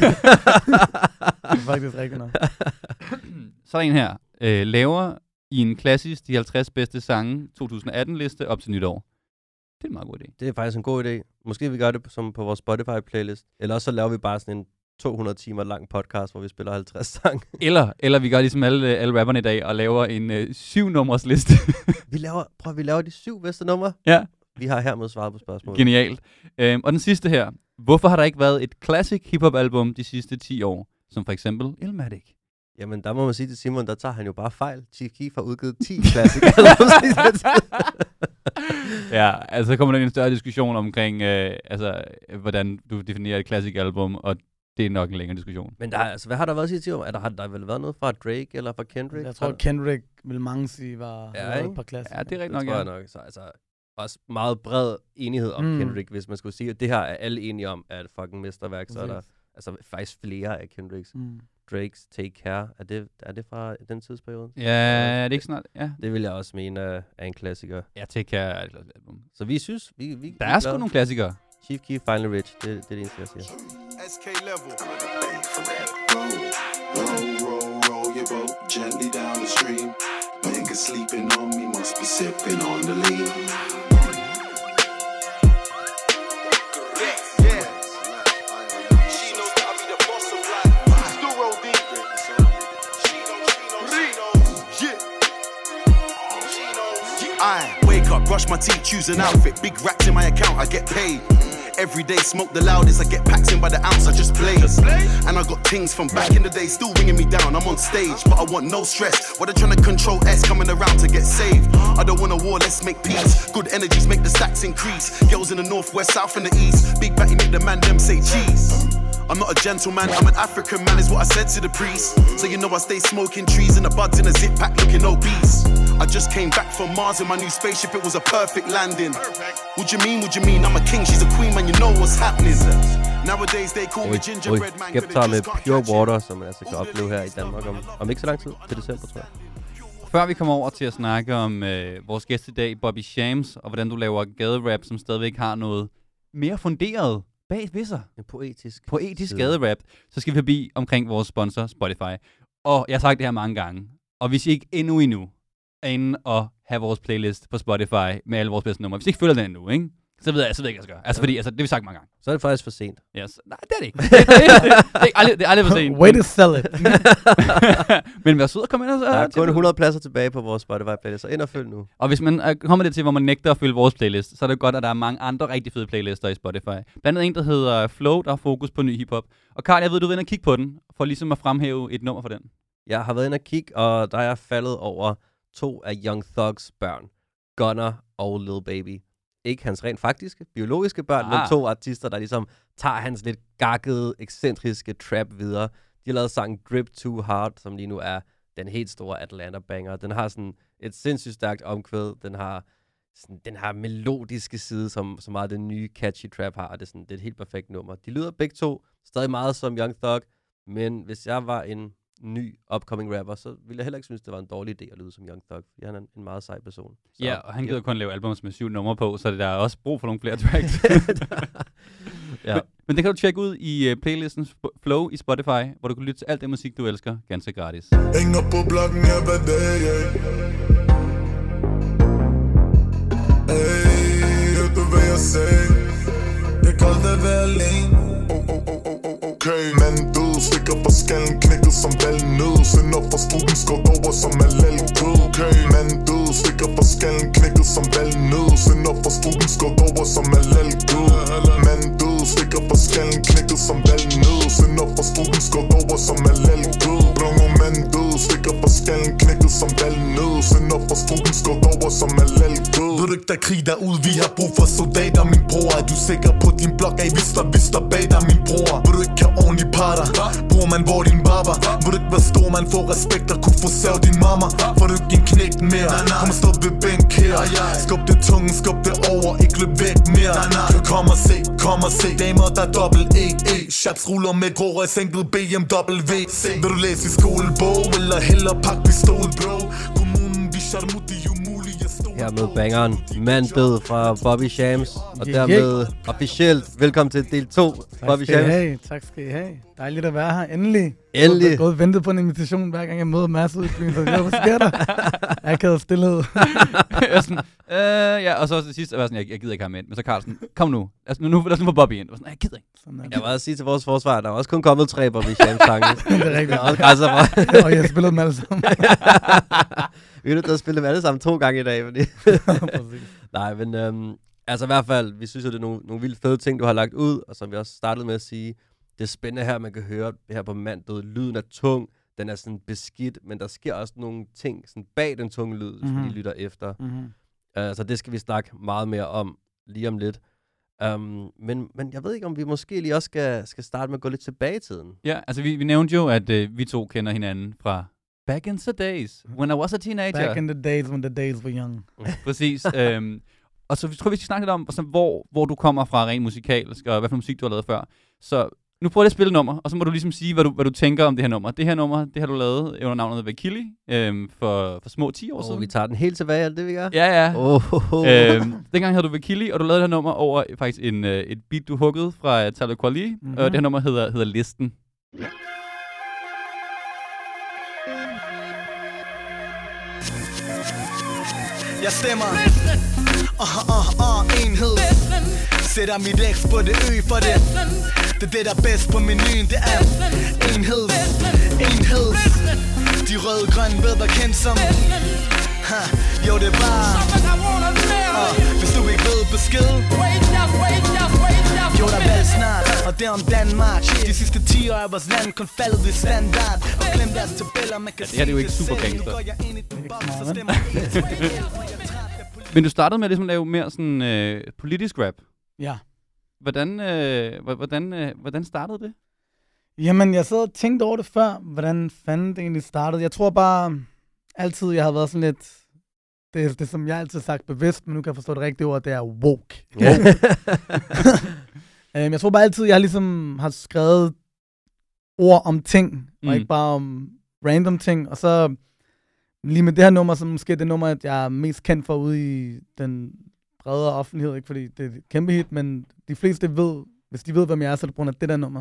det er faktisk rigtigt nok. Så er der en her. Laver i en klassisk de 50 bedste sange 2018-liste op til nytår. Det er en meget god idé. Det er faktisk en god idé. Måske vi gør det som på vores Spotify-playlist. Eller også så laver vi bare sådan en 200 timer lang podcast, hvor vi spiller 50 sange. Eller vi gør ligesom alle rapperne i dag og laver en 7-nummers liste. vi laver de 7 bedste numre. Ja. Vi har hermed svaret på spørgsmålet. Genialt. Og den sidste her. Hvorfor har der ikke været et classic hip-hop album de sidste 10 år? Som for eksempel Illmatic. Jamen, der må man sige til Simon, der tager han jo bare fejl. Chief Keef har udgivet 10 classic albums. Ja, altså så kommer der en større diskussion omkring, hvordan du definerer et classic album, og det er nok en længere diskussion. Men hvad har der været sidste år? Har der vel været noget fra Drake eller fra Kendrick? Jeg tror, Kendrick vil mange sige var et par klassikere. Ja, det er rigtig nok. Det tror jeg nok. Så altså, også meget bred enighed om Kendrick, hvis man skulle sige, at det her er alle enige om, at fucking mesterværk, så er der altså faktisk flere af Kendricks. Drakes Take Care, er det fra den tidsperiode? Ja, er det ikke snart? Ja. Det vil jeg også mene er en klassiker. Ja, Take Care er et klassisk album. Så vi synes, vi der er sgu nogle klassikere. Chief Keef, Finally Rich, det er det eneste, jeg siger. SK Level. gently down the stream. Niggas sleeping on me, must be sipping on the lean. I wake up, brush my teeth, choose an outfit. Big racks in my account, I get paid. Every day smoke the loudest, I get packed in by the ounce, I just blaze. And I got things from back in the day still ringing me down. I'm on stage, but I want no stress. What they trying to control S coming around to get saved. I don't want a war, let's make peace. Good energies make the stacks increase. Girls in the northwest, south and the east. Big batty make the man them say cheese. I'm not a gentleman, I'm an African man is what I said to the priest. So you know I stay smoking trees and the buds in a zip pack looking obese. I just came back from Mars in my new spaceship, it was a perfect landing. What you mean, I'm a king, she's a queen man, you know what's happening. Nowadays they call me gingerbread man. Skepta med Pure Water, som man altså kan opleve her i Danmark om ikke så lang tid, til december, tror jeg. Før vi kommer over til at snakke om vores gæst i dag, Bobby Shams, og hvordan du laver gaderap, som stadigvæk har noget mere funderet bag ved sig. En poetisk gaderap. Så skal vi forbi omkring vores sponsor, Spotify. Og jeg har sagt det her mange gange. Og hvis I ikke endnu er inde og have vores playlist på Spotify med alle vores bedste numre, hvis I ikke følger den endnu, ikke? Så ved jeg ikke, hvad jeg skal gøre. Altså, fordi, det har vi sagt mange gange. Så er det faktisk for sent. Yes. Nej, det er det ikke. Det er aldrig for sent. Way to sell it. Men vær sød at komme ind og så... Der er kun 100 pladser tilbage på vores Spotify-playlist, så ind og følg nu. Og hvis man kommer det til, hvor man nægter at følge vores playlist, så er det godt, at der er mange andre rigtig fede playlister i Spotify. Blandt andet en, der hedder Flow, der har fokus på ny hiphop. Og Carl, jeg ved, du vil ind og kigge på den, for ligesom at fremhæve et nummer for den. Jeg har været ind og kigge, og der er jeg faldet over 2 af Young Thugs børn. Gunner og Lil Baby. Ikke hans rent faktiske, biologiske børn, men 2 artister, der ligesom tager hans lidt gakkede, ekscentriske trap videre. De har lavet sangen Drip Too Hard, som lige nu er den helt store Atlanta-banger. Den har sådan et sindssygt stærkt omkvæd. Den har den her melodiske side, som så meget den nye catchy trap har. Det er et helt perfekt nummer. De lyder begge 2 stadig meget som Young Thug, men hvis jeg var en ny upcoming rapper, så ville jeg heller ikke synes, det var en dårlig idé at lyde som Young Thug. Han er en meget sej person. Så, ja, og han gider kun lave albums med 7 numre på, så der er også brug for nogle flere tracks. ja. Men det kan du tjekke ud i playlisten Flow i Spotify, hvor du kan lytte til alt det musik, du elsker, ganske gratis. Hænger på blokken hver dag, hey, hørte du hvad jeg sagde? Jeg kan aldrig være alene. Okay, mand død, stikker på skallen, knækket som valgen nød. Sender fra struden, skåret over som er lalgød. Okay, mand død, stikker på skallen, knækket som valgen nød. Sender fra struden, skåret over som er lalgød. Mand død, stikker på skallen, knækket som valgen nød. Sender fra struden, skåret over som er lalgød. Brungo, mand død, stikker på skallen, knækket som valgen nød. Sender fra struden, skåret over som er lalgød. Ved du ikke, der krig derude, vi har brug for soldater, min bror. Er du sikker på din blok, af hvis der bag dig, min bror? Vil du ikke have ordentlig parter? Bror man, hvor din barber? Vil du ikke være stor, man får respekt og kunne få sav din mamma? Får du ikke en knægt mere? Kom og stå ved bænk her. Skub det tunge, skub det over, ikke løb væk mere. Kom og se, damer der dobbelt E. Shots ruller med grå og sænket BMW. Vil du læse i skolebog, eller hellere pakke pistol, bro? Kommunen, vi shot mod de umulige. Her med bangeren Mand Død fra Bobby Shams. Og dermed officielt velkommen til del 2. Bobby Shams. Tak skal I have. Dejligt at være her. Endelig. Jeg har gået og ventet på en invitation, hver gang jeg møder Mads ud i byen. Så hvad sker der? Akavet stillhed. Ja, og så til sidst, jeg gider ikke have med. Men så Carlsen, kom nu. Nu lad os nu få Bobby ind. Jeg gider ikke. Jeg vil også sige til vores forsvar, der er også kun kommet 3 Bobby Shams-sange. Det er rigtigt. Og jeg spillede dem alle sammen. Vi er nødt til at spille dem alle sammen 2 gange i dag. Fordi nej, men altså i hvert fald, vi synes jo, det er nogle vildt fede ting, du har lagt ud. Og som vi også startede med at sige, det er spændende her, man kan høre her på Mand Død. Lyden er tung, den er sådan beskidt, men der sker også nogle ting sådan bag den tunge lyd, hvis vi lytter efter. Så det skal vi snakke meget mere om lige om lidt. Men jeg ved ikke, om vi måske lige også skal starte med at gå lidt tilbage i tiden. Ja, altså vi nævnte jo, at vi 2 kender hinanden fra back in the days, when I was a teenager. Back in the days, when the days were young. Præcis. Og så tror vi skal snakke lidt om, hvor du kommer fra rent musikalsk, og hvad for musik du har lavet før. Så nu prøver jeg at spille et nummer, og så må du ligesom sige, hvad du tænker om det her nummer. Det her nummer, det har du lavet under navnet Vakili for små 10 år siden. Vi tager den helt tilbage, alt det vi gør? Ja. Dengang havde du Vakili, og du lavede det her nummer over faktisk et beat, du huggede fra Talib Kweli, og det her nummer hedder Listen. Jeg stemmer enhed. Sætter mit X på det ø for det. Det er det, der er bedst på menuen. Det er enhed. De røde-grønne ved at kende som jo, det er bare hvis du ikke ved besked. Jo, der er valg snart, og det er om Danmark. De sidste 10 år er vores land kun faldet ved standard. Og glem deres tabeller, man kan det her er jo ikke super gangster. Men du startede med at ligesom lave mere sådan politisk rap. Ja. Hvordan startede det? Jamen, jeg sad og tænkte over det før, hvordan fanden det egentlig startede. Jeg tror bare altid, jeg havde været sådan lidt... Det som jeg altid har sagt bevidst, men nu kan jeg forstå det rigtige ord, det er woke. Jeg tror bare altid, jeg ligesom har skrevet ord om ting, og ikke bare om random ting. Og så lige med det her nummer, så måske det nummer, at jeg er mest kendt for ude i den bredere offentlighed, ikke fordi det er et kæmpe hit, men de fleste ved, hvis de ved, hvem jeg er, så er det på grund af det der nummer.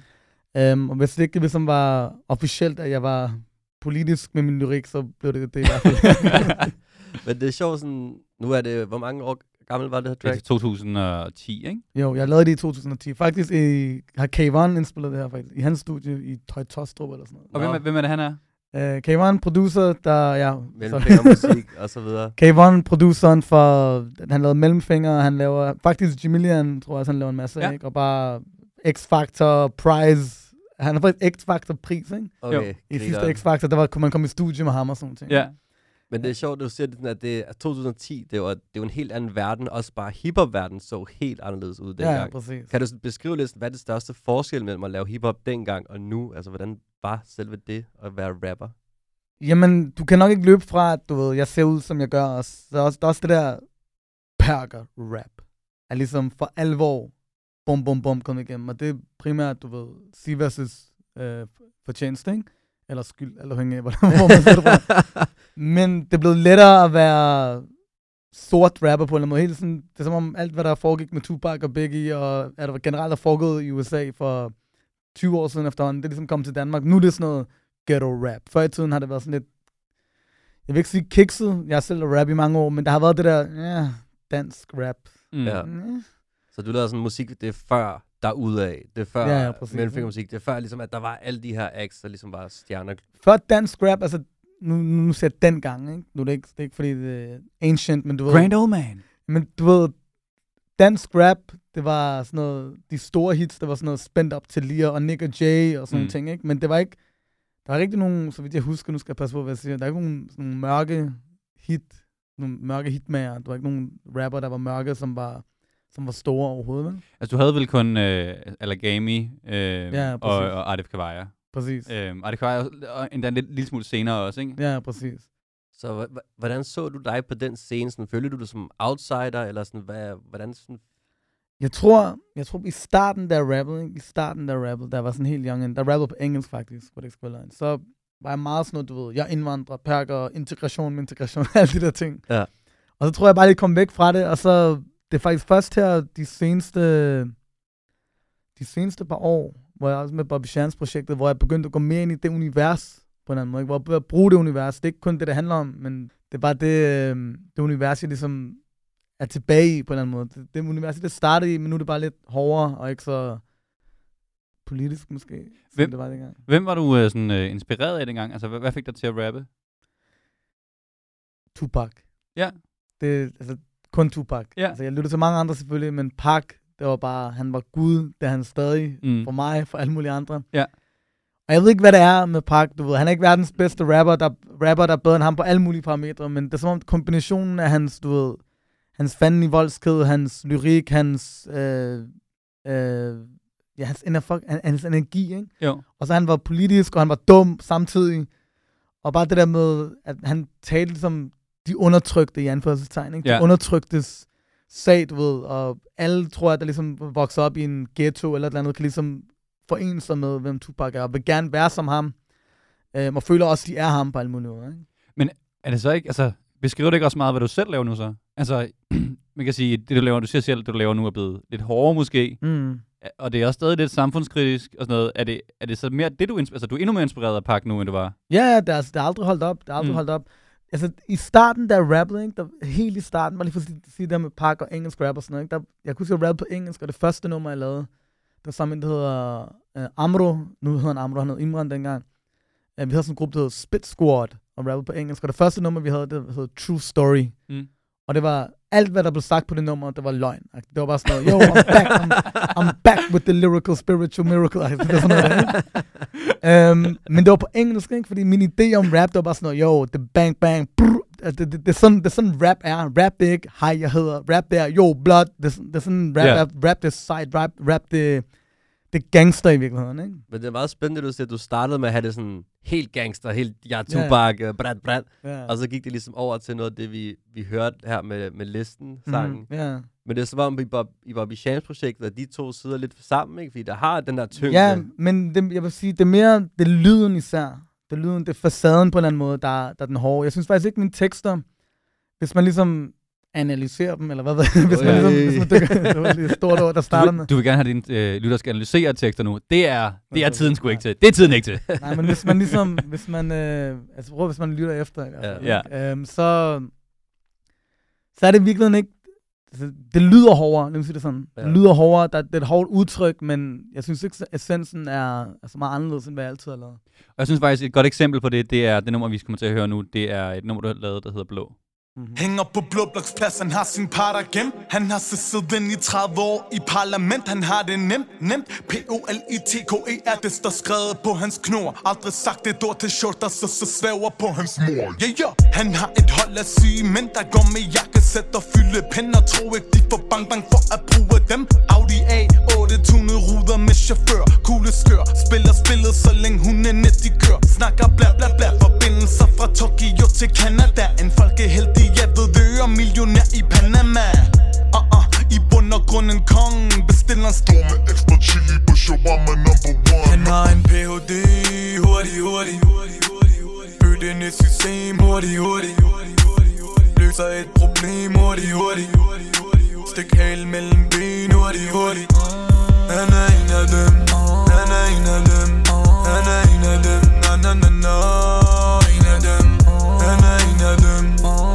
Og hvis det ikke ligesom var officielt, at jeg var politisk med min lyrik, så blev det i hvert fald. Men det er sjovt sådan, nu er det, hvor mange år gammel var det her track? Det er 2010, ikke? Jo, jeg lavede det i 2010. Faktisk har K1 indspillet det her faktisk, i hans studie i Tøj Tostrup eller sådan noget. Og hvem er det, han er? K1 producer, der, Mellemfingermusik og så videre. K1 produceren for, han lavede Mellemfinger, han laver, faktisk Jamilian, tror jeg, han laver en masse, ikke? Og bare X-Factor, Prize, han har faktisk X-Factor-pris, ikke? Okay. I sidste X-Factor, der kunne man komme i studie med ham og sådan ting. Ja. Men det er sjovt, du siger, at det er 2010, det er jo en helt anden verden, også bare hiphop-verden så helt anderledes ud dengang. Ja, præcis. Kan du beskrive lidt, hvad er det største forskel mellem at lave hiphop dengang og nu? Altså, hvordan var selve det at være rapper? Jamen, du kan nok ikke løbe fra, at du ved, jeg ser ud, som jeg gør, og der er også det der perker-rap, er ligesom for alvor, bum, kommet igennem, og det er primært, du ved, Sivas' fortjeneste, ikke? Eller skyld, eller afhængig af, hvor man sætter fra. Men det er blevet lettere at være sort rapper på en eller anden måde. Helt sådan, det er som om alt, hvad der foregik med Tupac og Biggie, og at der generelt er foregået i USA for 20 år siden efterhånden, det er ligesom kommet til Danmark. Nu er det sådan noget ghetto rap. Før i tiden har det været sådan lidt, jeg vil ikke sige kikset, jeg har selv rap i mange år, men der har været det der, dansk rap. Ja. Så du lavede sådan musik, det er før derudad, det er før Mellemfingermusik, det er før ligesom, at der var alle de her acts, der ligesom var stjerner. Før dansk rap, altså nu ser jeg dengang, ikke? Nu er det ikke fordi det er ancient, men du ved... Grand Old Man. Men du ved, dansk rap, det var sådan noget, de store hits, det var sådan noget Spændt Up til Lear og Nick og Jay og sådan nogle ting, ikke? Men det var ikke, der var rigtig nogen, så vidt jeg husker, nu skal jeg passe på, hvad jeg siger, der er ikke nogen sådan nogle mørke hitmager, der var ikke nogen rapper, der var mørke, som var store overhovedet, vel? Altså, du havde vel kun Alagami og Arif Kawaya. Præcis. Arif Kawaya endda en lille smule senere også, ikke? Ja, præcis. Så hvordan så du dig på den scene? Sådan, følte du dig som outsider, eller sådan, hvordan sådan... Jeg tror i starten, der rappede, der var sådan helt young, der rappede på engelsk faktisk, hvor det ikke spiller ind. Så var jeg meget sådan noget, du ved, jeg indvandrer, perker, integration, alle de der ting. Ja. Og så tror jeg bare, jeg kom væk fra det, og så... Det er faktisk først her de seneste par år, hvor jeg også med Bobby Shans projektet, hvor jeg begyndte at gå mere ind i det univers på en anden måde. Hvor jeg begyndte at bruge det univers. Det er ikke kun det handler om, men det er bare det univers, jeg ligesom er tilbage i på en anden måde. Det univers, det startede i, men nu er det bare lidt hårdere og ikke så politisk måske, som det var dengang. Hvem var du sådan inspireret af dengang? Altså, hvad fik dig til at rappe? Tupac. Ja. Kun Tupac. Ja. Altså, jeg lyttede til mange andre selvfølgelig, men Pac, det var bare, han var Gud, det er han stadig for mig, for alle mulige andre. Ja. Og jeg ved ikke, hvad det er med Pac, du ved, han er ikke verdens bedste rapper, der er bedre end ham på alle mulige parametre, men det er som om kombinationen af hans, du ved, hans fanden i voldsked, hans lyrik, hans energi, ikke? Jo. Og så han var politisk, og han var dum samtidig. Og bare det der med, at han talte som de undertrykte i anførselstegn, ikke? De undertryktes sag, du ved, og alle tror jeg, der ligesom vokser op i en ghetto eller et eller andet, kan ligesom forene sig med, hvem Tupac er, og vil gerne være som ham, og føler også, de er ham på alle mulige måder, ikke? Men er det så ikke, altså, beskriver det ikke også meget, hvad du selv laver nu så? Altså, man kan sige, det du laver, du siger selv, det du laver nu er blevet lidt hårdere måske, og det er også stadig lidt samfundskritisk og sådan noget. Er det så mere det, du er endnu mere inspireret af Pac nu, end du var? Ja, det er aldrig holdt op, Altså, i starten, der rappede, ikke? Helt i starten, bare lige for at sige det med park og engelsk rap og sådan noget, ikke? Jeg kunne sige, at jeg rappede på engelsk, og det første nummer, jeg lavede, det var sammen, der hedder Amro. Nu hedder han Amro, han hed Imran dengang. Vi havde sådan en gruppe, der hedder Spit Squad, og rappede på engelsk, og det første nummer, vi havde, det hed True Story. Og det var alt, hvad der blev sagt på det nummer, det var løgn. Det var bare sådan noget, yo, I'm back with the lyrical spiritual miracle. Det var sådan noget, men det var på engelsk, ikke? Fordi min idé om rap, det var bare sådan noget, yo, the bang bang, brrr. Det er sådan rap er. Rap det er ikke, hej, jeg hedder. Rap det er, yo, blood. Det er sådan rap, rap det er side, rap det er gangster i virkeligheden, ikke? Men det er meget spændende, du siger, at du startede med at have det sådan helt gangster, helt Tupac, brat. Og så gik det ligesom over til noget af det, vi hørte her med listen, sangen. Men det er som om, I Bobby Shams-projektet, at de to sidder lidt sammen, ikke? Fordi der har den der tyngde. Ja, men jeg vil sige, det er mere, det er lyden især. Det er lyden, det er facaden på en eller anden måde, der er den hårde. Jeg synes faktisk ikke, mine tekster, hvis man ligesom analysere dem, eller hvad ved jeg, hvis man dykker, det var lidt stort ord, der starter med. Du vil gerne have din lytter skal analysere tekster nu. Det er tiden sgu ikke til. Det er tiden ikke til. Nej, men hvis man ligesom, hvis man lytter efter, så er det virkelig ikke, det lyder hårdere, lad mig sige det sådan. Det lyder hårdere, det er et hårdt udtryk, men jeg synes ikke, essensen er så meget anderledes, end hvad jeg altid har lavet. Og jeg synes faktisk, et godt eksempel på det er det nummer, vi kommer til at høre nu. Det er et nummer, du har lavet, der hedder Blå. Hænger på Blåbloksplads, han har sin parter gemt. Han har siddet ind i 30 år i parlament. Han har det nemt. P-O-L-I-T-K-E-R, det står skrevet på hans knor. Aldrig sagt et ord til shorter, så svæver på hans mor. Han har et hold af syge mænd, der går med jakkesæt og fylde pen. Og tro ikke, de får bang for at bruge dem. Audi A8 tunet ruder med chauffør. Kugleskør, spiller spillet, så længe hun er net i kør. Snakker bla bla bla, forbindelser fra Tokyo til Canada. En folkeheldig jeg ved døre, millionær i Panama. I bund og grund en kong. Bestiller en stor med ekstra chili på shawarma #1. Han har en Ph.D. Hurtig. Født ind i system. Hurtig. Løser et problem. Hurtig. Stik halen mellem ben. Hurtig. Han er en af dem. Han er en af dem. Han er en af dem. Na. En af dem. Han er en af dem.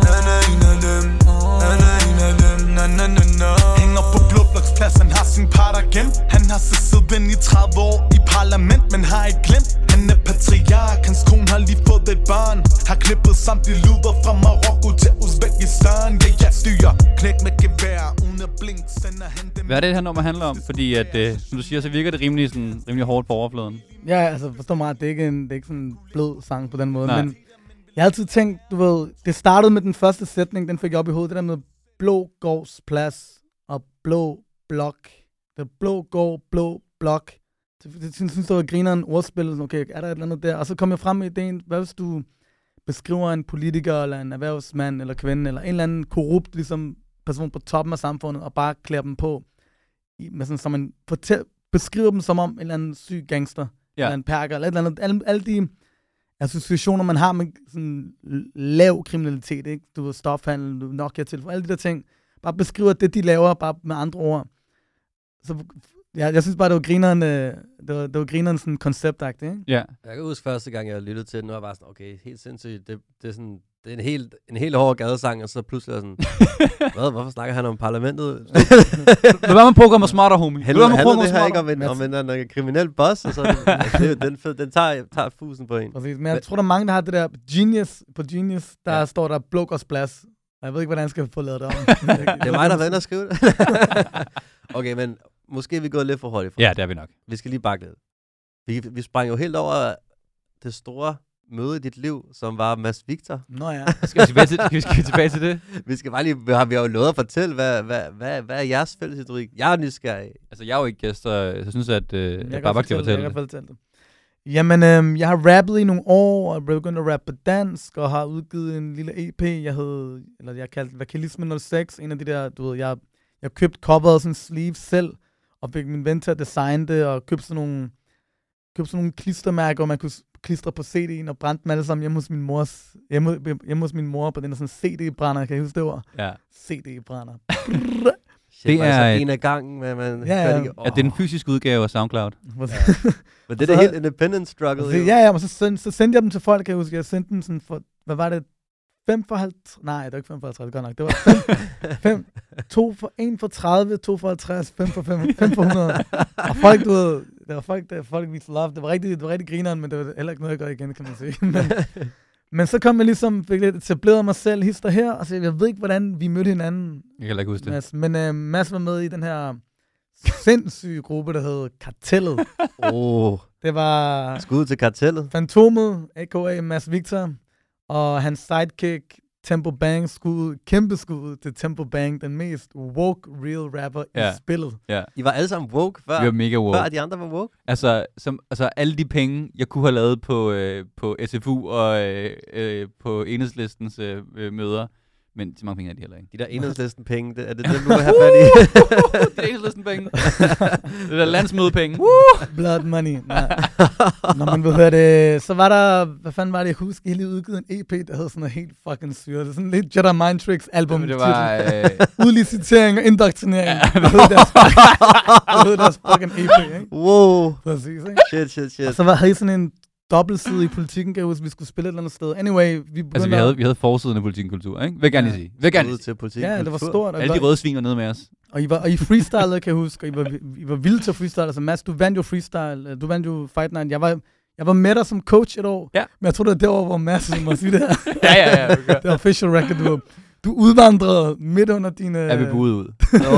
Hænger på Blåbloksplads, han har sin parter gemt. Han har siddet ind i 30 år i parlament, men har ikke glemt. Han er patriark, hans kone har lige fået et barn. Har knippet samtlige luder fra Marokko til Uzbekistan. Jeg styrer knæk med gevær, uden at blink, sender han dem. Hvad er det her nummer handler om? Fordi at, som du siger, så virker det rimelig hårdt på overfladen. Ja, altså forstår mig, det er ikke sådan en blød sang på den måde. Nej. Men jeg har altid tænkt, du ved, det startede med den første sætning, den fik jeg op i hovedet, det der med blå gårdsplads og blå blok. Det er blå gård, blå blok. Jeg synes, det var grineren ordspil. Okay, er der et eller andet der? Og så kom jeg frem med ideen, hvad hvis du beskriver en politiker, eller en erhvervsmand, eller kvinde, eller en eller anden korrupt ligesom, person på toppen af samfundet, og bare klæder dem på, med sådan, så man beskriver dem som om en eller anden syg gangster, eller en perker, eller et eller andet. Alle de associationer, man har med sådan lav kriminalitet, ikke? Du ved, stofhandel, Nokia-telefon, alle de der ting. Bare beskriver det, de laver, bare med andre ord. Så jeg synes bare, det var grineren sådan konceptagtigt, ikke? Ja. Jeg kan huske første gang, jeg lyttede til den, og jeg var sådan, okay, helt sindssygt. Det er en helt hård gadesang, og så pludselig er sådan, hvorfor snakker han om parlamentet? Hvad var man programmer smartere, homie? Handler det her ikke om en kriminel boss? Og så, den tager fusen på en. Præcis, men jeg tror, der er mange, der har det der Genius, der står der Blågårdsplads. Jeg ved ikke, hvordan jeg skal få lavet det om. Det er mig, der har været inde og skrive det. Okay, men måske er vi gået lidt for hurtigt fra. Ja, det er vi nok. Vi skal lige bakke lidt. Vi sprang jo helt over det store møde i dit liv, som var Mads Victor. Nå ja. Skal vi tilbage til det? Vi skal bare lige, vi har jo lovet at fortælle, hvad er jeres fælles historik? Jeg er nysgerrig. Altså, jeg er jo ikke gæst, så jeg synes, at jeg bare kan fortælle det. Jamen, jeg har rappet i nogle år, og begyndt at rappe på dansk, og har udgivet en lille EP, jeg kaldte Vakalisme 06, en af de der, du ved, jeg købte coveret sådan sleeve selv, og fik min ven til at designe det, og købte sådan nogle klistermærker, man kunne klistre på CD'en, og brændte dem alle sammen hjemme hos min mor på den der sådan CD-brænder, kan jeg huske det var? Ja. CD-brænder. Det er en af gangen, men man Er det en fysisk udgave af SoundCloud? Men det er helt independent struggle. Ja, og så sendte jeg dem til folk, kan jeg huske. Jeg sendte dem sådan for, hvad var det, 5 for 50. Nej, det var ikke 5 for 50, godt nok. Det var 1 for 30, 2 for 50, 5 for 5, 5 for 100. Og folk, du ved, det var folk viste love. Det var rigtig grineren, men det var heller ikke noget, jeg gør igen, kan man sige. Men så kom jeg ligesom, fik lidt etableret mig selv, hister her, og så jeg ved ikke, hvordan vi mødte hinanden. Jeg kan heller ikke huske det. Mads, men Mads var med i den her sindssyge gruppe, der hed Kartellet. Det var Skud til Kartellet. Fantomet, a.k.a. Mads Victor, og hans sidekick, Tempo Bang, kæmpe skud til Tempo Bang, den mest woke real rapper i spillet. Ja. I var alle sammen woke før? Vi var mega woke. Før de andre var woke? Altså alle de penge, jeg kunne have lavet på SFU og på Enhedslistens møder, men så mange penge er de heller ikke. De der Enhedslisten penge, er det dem, du vil have fat i? Det er Enhedslisten penge. Det der landsmødepenge. Blood money. Nå, men hvad hedder det? Så var der, hvad fanden var det, jeg husker, jeg lige udgivet en EP, der hed sådan noget helt fucking syret. Det er sådan lidt Jedi Mind Tricks album. Det var udlicitering og indoktrinering. Det hed deres fucking EP, ikke? Wow. Præcis, ikke? Shit. Og så havde I sådan en dobbeltside i Politikken, kan jeg huske, vi skulle spille et eller andet sted. Anyway, vi vi havde forsiden af Politikkultur, ikke? Vil gerne lige sige. Ja, det var stort. Alle de røde svin var nede med os. Og I freestylede, kan jeg huske, og I var vilde til at freestyle. Altså Mads, du vandt jo freestyle, du vandt jo Fight Night. Jeg var med dig som coach et år, men jeg tror, det var derovre, hvor Mads må sige det her. Ja. Okay. Det var official record, du udvandrede midt under dine... Er vi buet ud?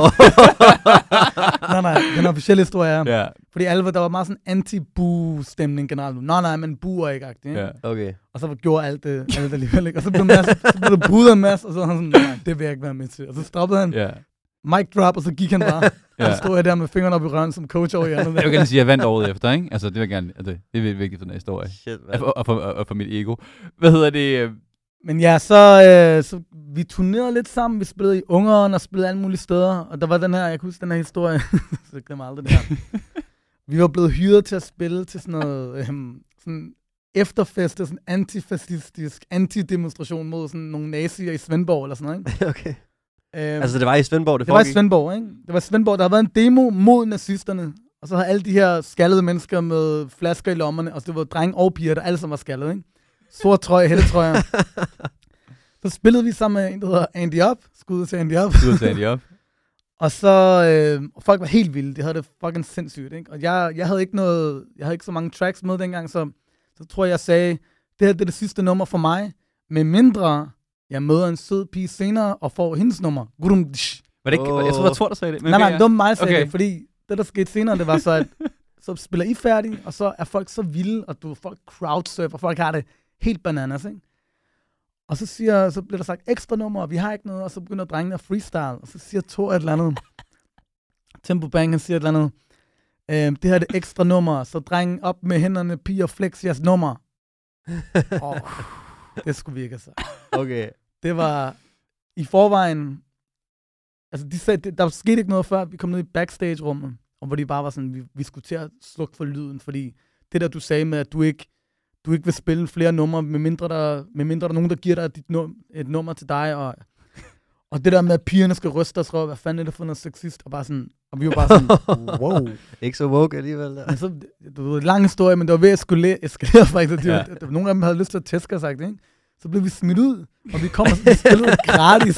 nej, den officielle historie er. Ja. Fordi der var meget sådan anti-boo-stemning generelt. Nej, men boo er ikke agtigt. Ja. Okay. Og så gjorde alt det alligevel ikke. Og så blev der buet af Mads, og så var han sådan, nej, det vil jeg ikke være med til. Og så stoppede han. Ja. Mic drop, og så gik han bare. Og så stod jeg der med fingrene op i røven som coach over i andet. Jeg vil gerne sige, at jeg vandt året efter, ikke? Altså, det vil gerne, det er vigtigt for den historie. Shit, og for mit ego. Hvad hedder det? Men ja, så vi turnerede lidt sammen. Vi spillede i Ungeren og spillede alle mulige steder. Og der var den her, jeg kan huske den her historie. Så jeg glemmer aldrig det her. Vi var blevet hyret til at spille til sådan noget sådan efterfest, sådan antifascistisk antidemonstration mod sådan nogle nazier i Svendborg eller sådan noget, ikke? Okay. Altså det var i Svendborg, det var i Svendborg, ikke? Det var i Svendborg. Der har været en demo mod nazisterne. Og så havde alle de her skaldede mennesker med flasker i lommerne. Og det var drenge og piger, der alle sammen var skaldede, ikke? Sort trøje, hættetrøjer. Så spillede vi sammen med en, der hedder Andy Up. Skud til Andy Up. Og så folk var helt vilde. De havde det fucking sindssygt, ikke? Og jeg havde ikke så mange tracks med dengang, så tror jeg sagde, det her det er det sidste nummer for mig, med mindre jeg møder en sød pige senere og får hendes nummer. Var det ikke? Jeg tror, der sagde det. Men nej, det var mig, der sagde det, fordi det, der skete senere, det var så, at så spiller I færdig, og så er folk så vilde, og folk crowdsurfer, folk har det helt bananas, ikke? Og så bliver der sagt ekstra nummer, og vi har ikke noget, og så begynder drengene at freestyle, og så siger Thor et eller andet. Tempo Bang, han siger et eller andet. Det her er det ekstra nummer, så drengen op med hænderne, piger, flex jeres nummer. Det skulle vi ikke have sagt. Okay. Det var i forvejen, altså de sagde, der skete ikke noget før, vi kom ned i backstage-rummet, og hvor de bare var sådan, vi skulle til at slukke for lyden, fordi det der du sagde med, at du ikke vil spille flere numre, medmindre der er nogen, der giver dig et nummer til dig, og det der med, at pigerne skal ryste os, hvad fanden er det for noget sexist, og vi var bare sådan, wow. Ikke så woke alligevel der. Altså, du ved, lang historie, men det var ved at eskalere faktisk. Nogle af dem havde lyst til at tæske os, ikke? Så blev vi smidt ud, og vi kom og spillede gratis.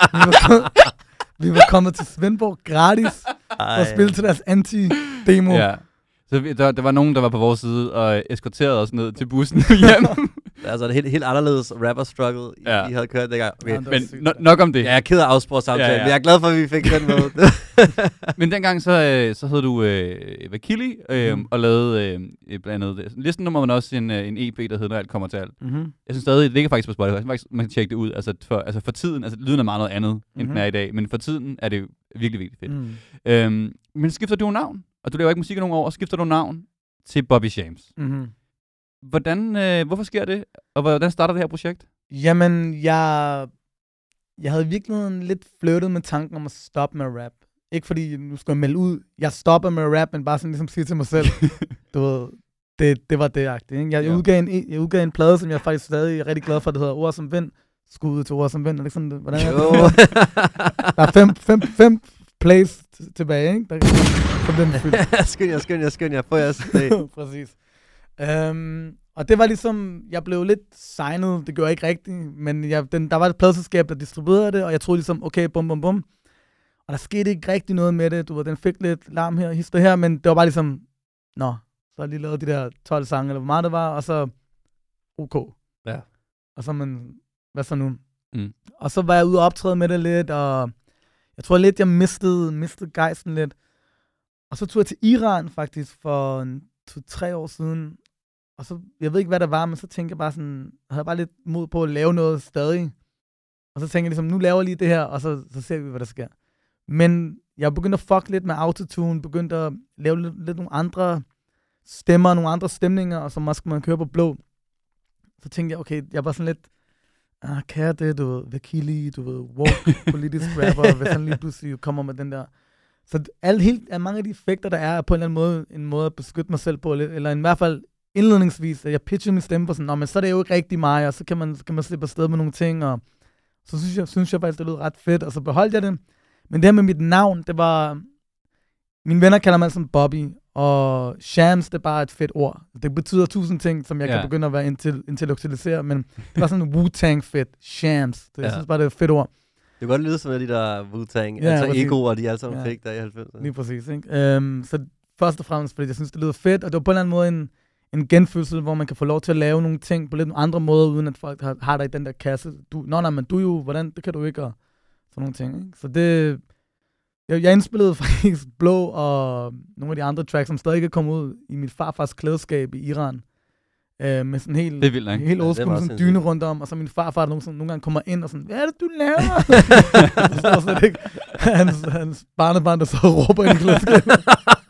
Vi var kommet til Svendborg gratis for at spille til deres anti-demo. Ja. Så der var nogen, der var på vores side og eskorterede os ned til bussen hjem. Altså et helt anderledes rapper-struggle, I havde kørt dengang. Okay. Men nok om det. Ja, jeg er ked af afspore samtalen, men jeg er glad for, at vi fik den med. Men dengang så havde du Vakili og lavede blandt andet listennummer, men også en EP, der hedder Når alt kommer til alt. Jeg synes stadig, det ligger faktisk på Spotify. Man kan tjekke det ud. Altså for tiden, lyden er meget noget andet, end den er i dag. Men for tiden er det virkelig, virkelig fedt. Men skifter du navn? Og du laver ikke musik i nogle år, og skifter du navn til Bobby Shams. Hvorfor sker det? Og hvordan starter det her projekt? Jamen, jeg havde virkelig lidt flirtet med tanken om at stoppe med rap. Ikke fordi, nu skal jeg melde ud, jeg stopper med rap, men bare sådan ligesom sige til mig selv, du ved, det var det-agtigt. Ikke? Jeg udgav en plade, som jeg faktisk stadig er rigtig glad for, det hedder Ord som Vind. Skud til Ord som Vind, er det ikke sådan, hvordan er det? Der er fem plays tilbage, ikke? Skynd jer, få jeres dag. Præcis. Og det var ligesom, jeg blev lidt signet, det gjorde jeg ikke rigtigt, men der var et pladselskab, der distribuerede det, og jeg troede ligesom, okay, bum, bum, bum. Og der skete ikke rigtig noget med det, du ved, den fik lidt larm her, hister her, men det var bare ligesom, så har jeg lige lavet de der 12 sange, eller hvor meget det var, og så OK. Ja. Og så, men, hvad så nu? Mm. Og så var jeg ude og optræde med det lidt, og jeg tror lidt, jeg mistede gejsten lidt. Og så tog jeg til Iran faktisk for 2-3 år siden. Og så, jeg ved ikke, hvad der var, men så tænkte jeg bare sådan, jeg havde bare lidt mod på at lave noget stadig. Og så tænkte jeg ligesom, nu laver jeg lige det her, og så ser vi, hvad der sker. Men jeg begyndte at fuck lidt med autotune, begyndte at lave lidt nogle andre stemmer, nogle andre stemninger, og så måske man kører på blå. Så tænkte jeg, okay, jeg var sådan lidt, kære det, du ved, Vakili, du ved, woke, politisk rapper, hvis han lige pludselig kommer med den der. Så mange af de effekter, der er på en eller anden måde, en måde at beskytte mig selv på, eller i hvert fald indledningsvis, at jeg pitcher min stemme på sådan, men så er det jo ikke rigtig mig, og så kan man slippe afsted med nogle ting, og så synes jeg faktisk, det lød ret fedt, og så beholdt jeg det. Men det her med mit navn, det var, mine venner kalder mig som Bobby, og Shams, det er bare et fedt ord. Det betyder 1000 ting, som jeg kan begynde at være intellektualisere, men det var sådan Wu-Tang fedt, Shams. Jeg synes bare, det er et fedt ord. Det kan godt lyde som de der Wu-Tang, ja, altså egoer, de alle sammen fik der i 90'erne. Lige præcis, ikke? Så først og fremmest, fordi jeg synes, det lyder fedt, og det var på en eller anden måde en genfødsel, hvor man kan få lov til at lave nogle ting på lidt andre måder, uden at folk har dig i den der kasse. Men du jo, hvordan, det kan du ikke, og sådan nogle ting, ikke? Så det, jeg indspillede faktisk Blå og nogle af de andre tracks, som stadig ikke er kommet ud i mit farfars klædeskab i Iran. Med sådan helt, det er vildt, ikke? Helt oldskool, sådan dyne rundt om, og så min farfar, der nogle gange kommer ind og sådan, hvad er det, du laver? Det står slet ikke. Hans barnebarn, der så råber ind i klædeskabet.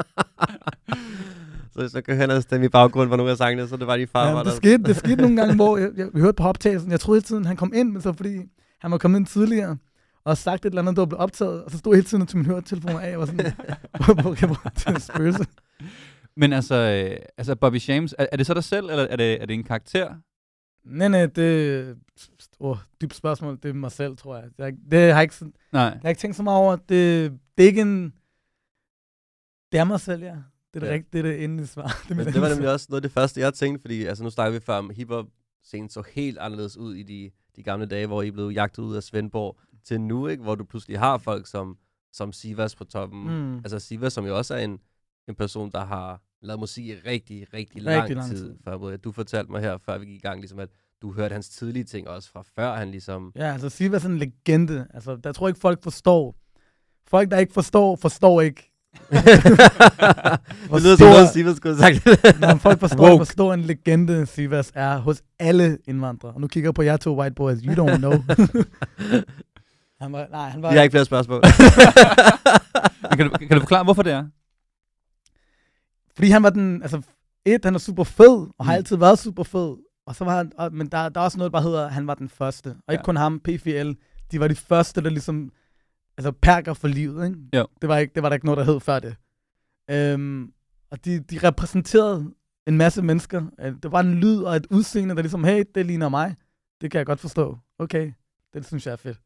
Så kan han stemme i baggrunden, hvor nogle af sangene, så det var de farfar. Det skete nogle gange, hvor jeg hørte på optagelsen, jeg troede hele tiden, han kom ind, men så fordi han var kommet ind tidligere, og sagt et eller andet, der blev optaget, og så stod jeg hele tiden og tog min høretelefoner af, og var sådan, hvor det spøgelse. Men altså Bobby Shams, er det så dig selv, eller er det en karakter? Nej, det er dybt spørgsmål. Det er mig selv, tror jeg. Jeg har ikke tænkt så meget over. Det er ikke en... Det er mig selv, ja. Det er det rigtige, det er det endelige svar. Det var nemlig også noget af det første, jeg tænkte, fordi altså, nu snakker vi før om hiphop-scenen så helt anderledes ud i de gamle dage, hvor I blev jagtet ud af Svendborg, til nu, ikke, hvor du pludselig har folk som Sivas på toppen. Altså Sivas, som jo også er en person, der har lavet musik i rigtig lang tid. Du fortalte mig her, før vi gik i gang, ligesom, at du hørte hans tidlige ting også fra før han ligesom... Ja, altså Sivas er en legende. Altså, der tror jeg ikke, folk forstår. Folk, der ikke forstår ikke. Det lyder som noget, Sivas skulle have sagt. Når folk forstår, hvor stor en legende Sivas er hos alle indvandrere. Og nu kigger jeg på jer to white boys. You don't know. Han var... Jeg har ikke flere spørgsmål. Kan du forklare, hvorfor det er? Fordi han var han er super fed, og har altid været super fed. Og så var han, men der er også noget, der hedder, han var den første. Og ikke kun ham, PFL, de var de første, der ligesom, perker for livet, ikke? Jo. Det var der ikke noget, der hed før det. Og de repræsenterede en masse mennesker. Det var en lyd og et udseende, der ligesom, hey, det ligner mig. Det kan jeg godt forstå. Okay, det synes jeg er fedt.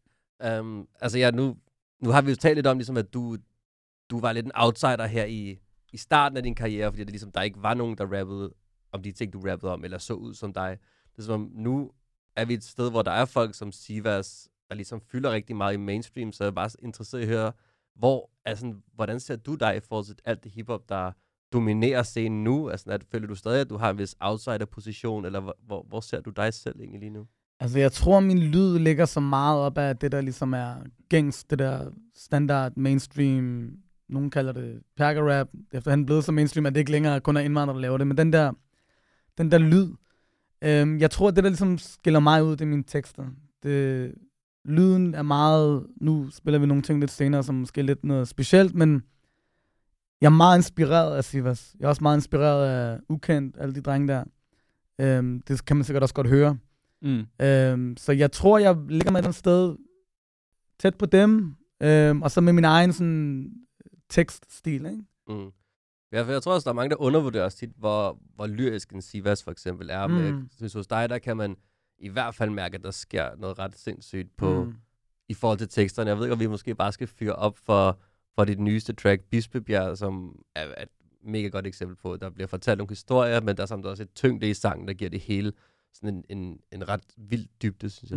Nu har vi jo talt lidt om, ligesom, at du var lidt en outsider her i starten af din karriere, fordi det ligesom, der ikke var nogen, der rappede om de ting, du rappede om, eller så ud som dig. Det er som, nu er vi et sted, hvor der er folk som Sivas, der ligesom fylder rigtig meget i mainstream, så jeg er bare interesseret i at høre, hvordan ser du dig i forhold til alt det hiphop, der dominerer scenen nu? Føler du stadig, at du har en vis outsider-position, eller hvor ser du dig selv egentlig lige nu? Altså, jeg tror, min lyd ligger så meget op af det, der ligesom er gængs, det der standard mainstream. Nogen kalder det perker-rap. Efter han er blevet så mainstream, at det ikke længere kun er indvandrere, der laver det. Men den der lyd, jeg tror, det der ligesom skiller mig ud, det er mine tekster. Lyden er meget... Nu spiller vi nogle ting lidt senere, som måske er lidt noget specielt, men jeg er meget inspireret af Sivas. Jeg er også meget inspireret af Ukendt, alle de drenge der. Det kan man sikkert også godt høre. Så jeg tror, jeg ligger med et sted tæt på dem, og så med min egen sådan tekststil, ikke? Ja, for jeg tror også, der er mange, der undervurderer tit, hvor lyrisk en Sivas for eksempel er. Jeg synes, hos dig, der kan man i hvert fald mærke, at der sker noget ret sindssygt i forhold til teksterne. Jeg ved ikke, om vi måske bare skal fyre op for dit nyeste track, Bispebjerg, som mega godt eksempel på. Der bliver fortalt nogle historier, men der er samtidig også et tyngde i sangen, der giver det hele sådan en ret vild dybde, synes jeg.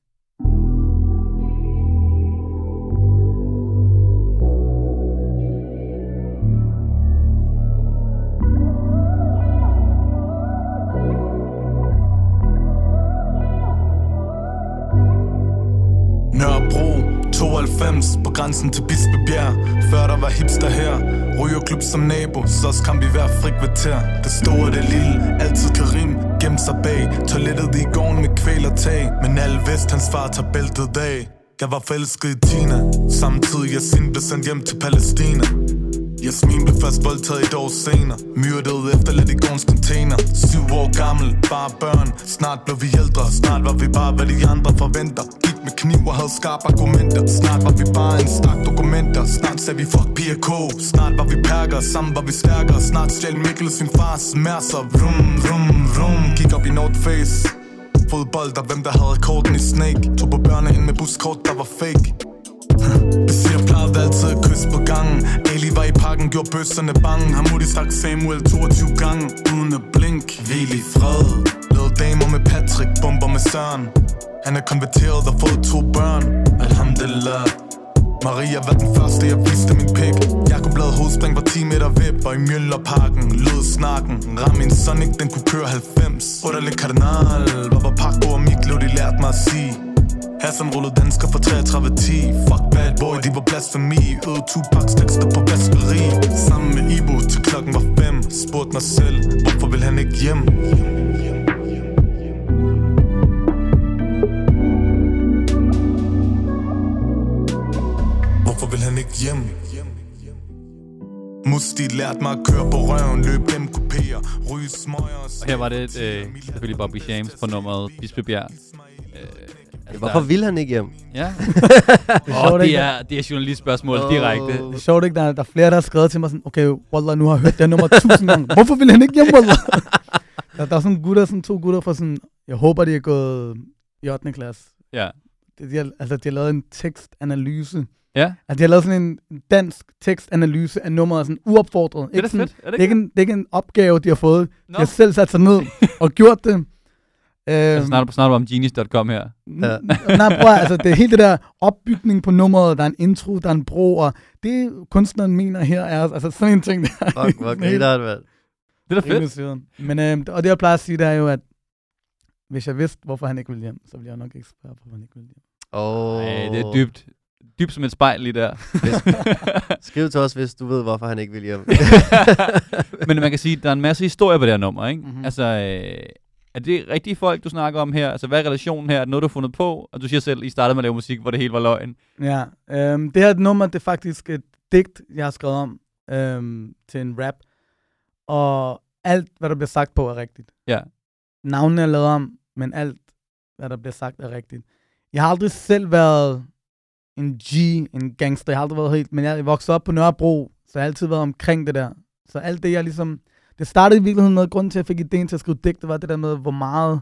Nørrebro 92 på grænsen til Bispebjerg. Før der var hipster her, rygerklub som nabo, så skam vi hver frikvarter. Det store, det lille, altid Karim gemt sig bag toilettet i gården med kvæl og tag. Men alle vidste, hans far tager bæltet af. Jeg var forelsket i Tina, samtidig Yasin blev sendt hjem til Palæstina. Jasmin blev først voldtaget et år senere, myrdet efterladt i gårdens container. 7 år gammel, bare børn, snart blev vi ældre. Snart var vi bare, hvad de andre forventer. Gik med kniv og havde skarpe argumenter. Snart var vi bare en stak dokumenter. Snart sagde vi fuck PK. Snart var vi perker, sammen var vi stærkere. Snart stjal Mikkel sin fars mærser. Vrum, vrum, vrum, gik op i North Face. Fodbold, der hvem der havde korten i Snake. Tog på børne ind med buskort, der var fake. Jeg plejede altid at kysse på gangen. Ali var i parken, gjorde bøsserne bange. Hamudi stak Samuel 22 gange uden at blink. Hvil i fred. Lavede damer med Patrick, bomber med Søren. Han er konverteret og fået 2 børn. Alhamdulillah. Maria var den første, jeg viste min pik. Jakob lavede hovedspring, var 10 meter vip. Og i Mjølnerparken lød snakken. Ram en Sonic, den kunne køre 90. Rødderle kardinal, hvor var Paco og Miklo, de lærte mig at sige. Hassan rullede dansker for 33-10. Fuck bad boy, de var blasfemi. Øde Tupacs tekster på vaskeri. Sammen med Ibo til klokken var 5. Spurgte mig selv, hvorfor vil han ikke hjem? Hvorfor vil han ikke hjem? Musti lærte mig at køre på røven, løb gennem kupéer, ryge smøger. Og her var det selvfølgelig Bobby Shams på nummeret Bispebjerg. Hvorfor vil han ikke hjem? Ja. Det er journalistspørgsmål direkte. Det er sjovt ikke, der er flere, der har skrevet til mig sådan, okay, Wallah, nu har jeg hørt det nummer 1000 gange. Hvorfor vil han ikke hjem, Wallah? der er sådan gutter, sådan 2 gutter fra sådan, jeg håber, de er gået i 8. klasse. Ja. De har lavet en tekstanalyse. Ja. Altså, de har lavet sådan en dansk tekstanalyse af nummeret, sådan uopfordret. Det er da fedt. Det er ikke en opgave, de har fået. De har selv sat sig ned og gjort det. Snart om genius.com her. Ja. Nej, bror, altså det er helt det der opbygning på nummeret, der er en intro, der er en bro, og det kunstneren mener her er altså sådan en ting der. Fuck, hvor griner det, mand. Det er da fedt. Men, og det jeg plejer at sige, det er jo, at hvis jeg vidste, hvorfor han ikke ville hjem, så ville jeg nok ikke spørge, hvorfor han ikke ville hjem. Det er dybt. Dybt som et spejl lige der. Skriv til os, hvis du ved, hvorfor han ikke vil hjem. Men man kan sige, at der er en masse historie på det her nummer, ikke? Mm-hmm. Altså, er det rigtige folk, du snakker om her? Altså, hvad er relationen her? Er det noget, du har fundet på? Og du siger selv, I startede med at lave musik, hvor det hele var løgn. Ja, det her nummer, det er faktisk et digt, jeg har skrevet om til en rap. Og alt, hvad der bliver sagt på, er rigtigt. Ja. Navnene er lavet om, men alt, hvad der bliver sagt, er rigtigt. Jeg har aldrig selv været en en gangster. Jeg har aldrig været helt, men jeg voksede op på Nørrebro, så jeg har altid været omkring det der. Så alt det, jeg ligesom... Det startede i virkeligheden med, grunden til, at jeg fik idéen til at skrive digte, var det der med, hvor meget...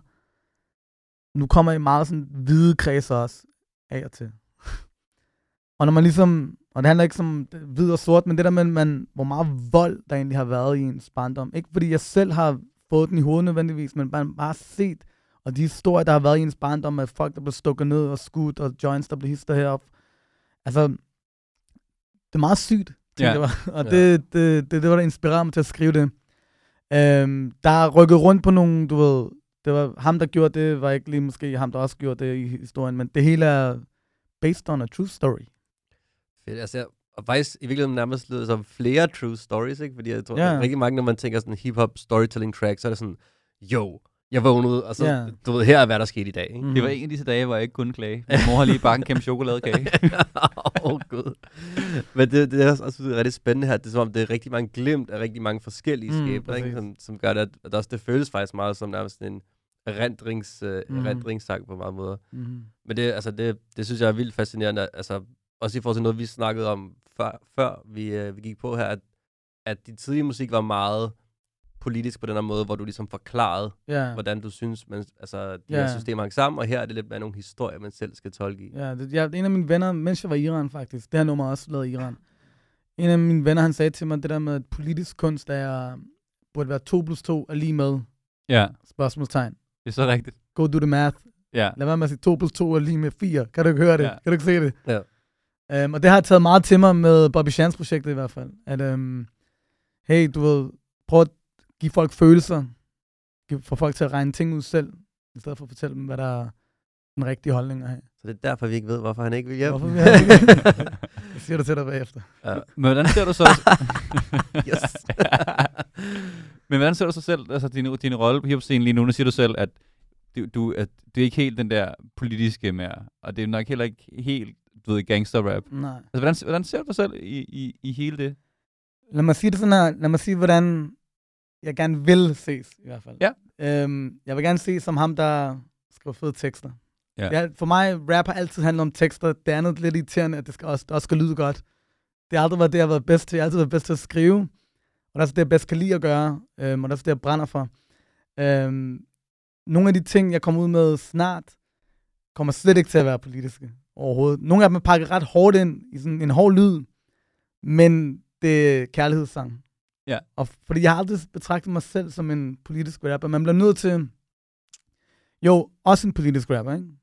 Nu kommer I meget sådan hvide kredser også af og til. Og når man ligesom... Og det handler ikke som hvid og sort, men det der med, hvor meget vold, der egentlig har været i ens barndom. Ikke fordi jeg selv har fået den i hovedet nødvendigvis, men bare set, og de historier, der har været i ens barndom, med folk, der blev stukket ned og skudt, og joints, der blev histet herop. Altså, det er meget sygt, ja. Det var. Og det var, der inspirerede mig til at skrive det. Der er rykket rundt på nogle, du ved, det var ham, der gjorde det, var ikke lige måske ham, der også gjorde det i historien, men det hele er based on a true story. Fedt, altså, og faktisk i virkeligheden nærmest lyder som flere true stories, ikke? Fordi jeg tror, der er rigtig mange, når man tænker sådan hip-hop storytelling track, så er det sådan, jeg vågnede, og så, du ved, her er hvad der skete i dag, ikke? Det var en af disse dage, hvor jeg ikke kunne klage. Min mor har lige bakken en kæmpe chokoladekage. Gud. Men det er også rigtig spændende her. Det er som om, det er rigtig mange glimt af rigtig mange forskellige skæbner, ikke? Som gør det, at også det føles faktisk meget som nærmest en erindringssang på mange måder. Men det synes jeg er vildt fascinerende, altså også i forhold til noget, vi snakkede om før vi gik på her, at din tidlige musik var meget politisk på den her måde, hvor du ligesom forklarede, hvordan du synes, de her systemer hang sammen, og her er det lidt med nogle historier, man selv skal tolke i. Ja, en af mine venner, mens jeg var i Iran faktisk, det her nummer også lavet i Iran. En af mine venner, han sagde til mig, det der med, at politisk kunst burde være 2 + 2 er lige med. Ja. Spørgsmålstegn. Det er så rigtigt. Go do the math. Ja. Lad være med at sige 2 + 2 er lige med 4. Kan du ikke høre det? Ja. Kan du ikke se det? Ja. Og det har jeg taget meget til mig med Bobby Shans projektet i hvert fald. At, hey, du ved, prøv at give folk følelser. Få folk til at regne ting ud selv, i stedet for at fortælle dem, hvad der er den rigtige holdning at have. Så det er derfor, vi ikke ved, hvorfor han ikke vil hjem. Hvorfor vil han ikke? Jeg siger det til dig bagefter. Ja. Men hvordan ser du så... Yes. Men hvordan ser du så selv, altså din rolle på hiphop-scenen lige nu? Nu siger du selv, at du er ikke helt den der politiske mere, og det er nok heller ikke helt, du ved, gangster-rap. Nej. Altså, hvordan ser du dig selv i hele det? Lad mig sige det sådan her. Lad mig sige, hvordan jeg gerne vil ses, i hvert fald. Ja. Jeg vil gerne ses som ham, der skriver fede tekster. Ja. For mig, rap har altid handlet om tekster. Det er noget lidt irriterende, at det også skal lyde godt. Det har aldrig været det, jeg har været bedst til. Jeg har altid været bedst til at skrive. Og det er også det, jeg bedst kan lide at gøre. Og det er også det, jeg brænder for. Nogle af de ting, jeg kommer ud med snart, kommer slet ikke til at være politiske overhovedet. Nogle af dem er pakket ret hårdt ind i sådan en hård lyd. Men det er kærlighedssang. Ja. Og fordi jeg har aldrig betragtet mig selv som en politisk rapper. Man bliver nødt til... Jo, også en politisk rapper, ikke?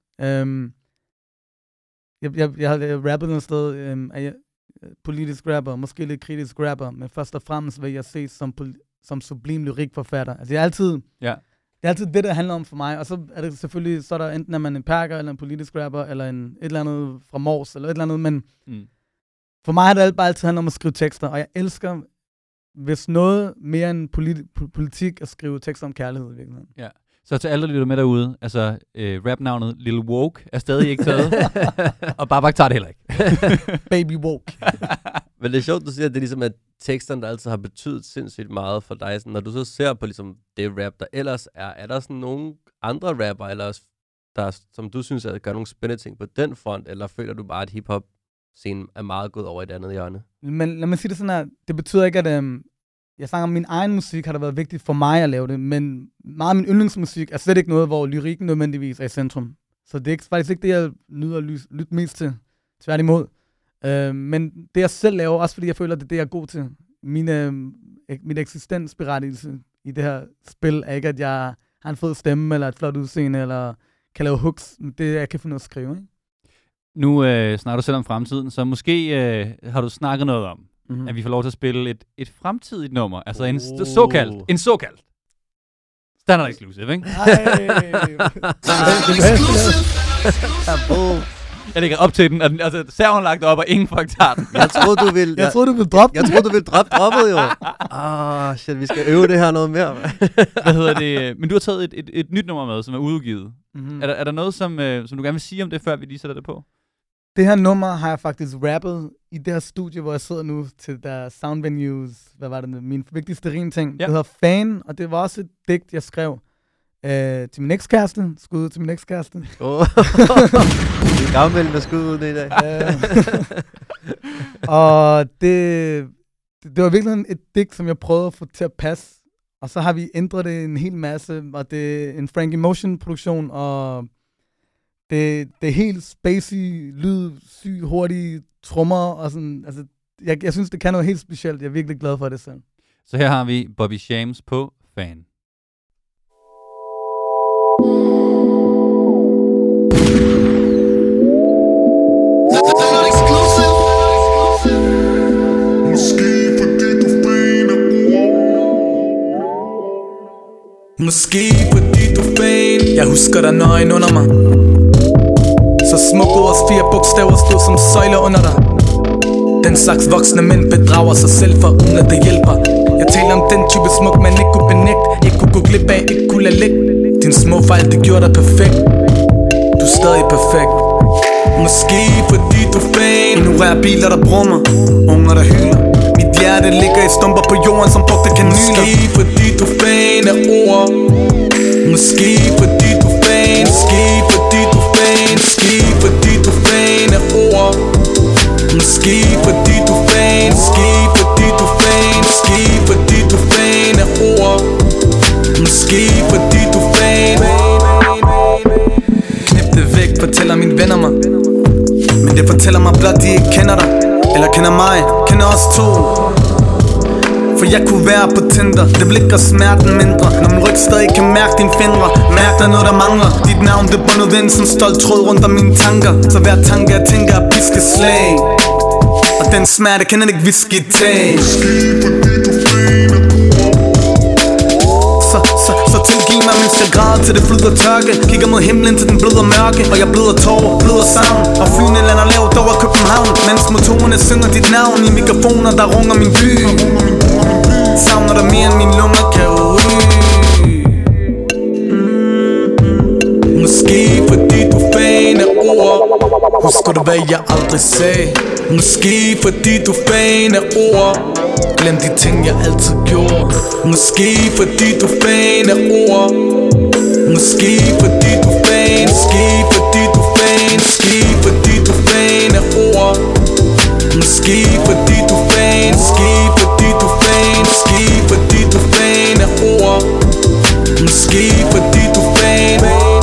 Jeg har rappet noget sted, at jeg politisk rapper, måske lidt kritisk rapper, men først og fremmest vil jeg ses som sublim lyrikforfatter. Altså jeg er altid... Ja. Det er altid det, der handler om for mig. Og så er det selvfølgelig, så er der enten, at man er en perker, eller en politisk rapper, eller et eller andet fra Mors, eller et eller andet, men for mig har det bare altid handlet om at skrive tekster, og jeg elsker, hvis noget mere end politik, at skrive tekster om kærlighed i virkeligheden. Ja. Så til alle, der lytter med derude, altså rapnavnet Lil Woke er stadig ikke taget, og Babak tager det heller ikke. Baby Woke. Men det er sjovt, du siger, at det er ligesom, at teksterne, der altid har betydet sindssygt meget for dig. Sådan, når du så ser på ligesom, det rap, der ellers er der sådan nogle andre rapper, ellers, der, som du synes, at gør nogle spændende ting på den front, eller føler du bare, at hiphop-scenen er meget gået over i et andet hjørne? Men lad mig sige det sådan her, det betyder ikke, at jeg snakker om min egen musik, har det været vigtigt for mig at lave det, men meget af min yndlingsmusik er slet ikke noget, hvor lyrikken nødvendigvis er i centrum. Så det er faktisk ikke det, jeg nyder at lytte mest til. Tværtimod. Men det jeg selv laver, også fordi jeg føler, at det er det, jeg er god til. Min eksistensberettigelse i det her spil er ikke, at jeg har en fed stemme, eller et flot udseende, eller kan lave hooks. Det jeg kan finde noget at skrive, ikke? Nu snakker du selv om fremtiden, så måske har du snakket noget om, at vi får lov til at spille et fremtidigt nummer. Altså en såkaldt standard exclusive, ikke? Jeg lægger op til den, og altså, serven lagt op, og ingen folk tager den. Jeg troede, du ville droppe den. Jeg troede, du ville droppe droppet, jo. Shit, vi skal øve det her noget mere. Hvad hedder det? Men du har taget et nyt nummer med, som er udgivet. Er der noget, som du gerne vil sige om det, før vi lige sætter det på? Det her nummer har jeg faktisk rappet i det her studie, hvor jeg sidder nu til der Sound Venues. Hvad var det? Min vigtigste rimting. Ja. Det hedder Fan, og det var også et digt, jeg skrev til min ekskæreste. Skud til min ekskæreste. Vi er gammel med skud ud i dag. Og det var virkelig et digt, som jeg prøvede at få til at passe. Og så har vi ændret det en hel masse, og det er en Frankie Motion-produktion, og det er helt spacey, lyd, syg, hurtige trommer, og sådan, altså, jeg synes, det kan noget helt specielt. Jeg er virkelig glad for det selv. Så her har vi Bobby Shams på Fan. Måske fordi du er fan. Jeg husker dig nøgen under mig. Så smuk ords 4 bogstaver stod som søjler under dig. Den slags voksne mænd bedrager sig selv for uden at det hjælper. Jeg taler om den type smuk man ikke kunne benægte, ikke kunne gå glip af, ikke kunne lade ligge. Din små fejl det gjorde dig perfekt. Du er stadig perfekt. Måske fordi du er fan. Ignorerer biler der brummer, unger der hyler. Mit hjerte ligger i stumper på jorden som brugte kanyler. Måske fordi du er fan af ord. Måske fordi du er fan. Måske fordi du er fan. Måske fordi du er fan af ord. Måske fordi du er fan. Måske fordi du er fan. Måske fordi du er fan af ord. Måske fordi du er fan. Knip det væk, fortæller mine venner mig. Men det fortæller mig blot de ikke kender dig. Eller kender mig. mellem os to. For jeg kunne være på Tinder, det vil ikke gøre smerten mindre. Når min ryg stadig kan mærke dine fingre, mærk der noget der mangler. Dit navn det bundet ind som stolt tråd rundt om mine tanker. Så hver tanke jeg tænker er piske slag, og den smerte kan jeg ikke viske tag. Så tilgiv mig, mens jeg græder til det flyder tørke. Kigger mod himlen til den bløder mørke, og jeg bløder tårer, bløder savn. Og flyene lander lavt over København, mens motorerne synger dit navn i mikrofoner, der runger min by. Savner der mere end mine lunger kan ryge. Måske fordi du fan af ord. Husker du hvad jeg aldrig sagde? Måske fordi du fan af ord. Glem de ting jeg altid gjorde. Måske fordi du fan af ord. Måske fordi du fan. Måske fordi du fan. Måske fordi du fan af ord. Måske fordi du fan. Måske fordi du fan. Måske fordi du fan af ord. Måske fordi du fan.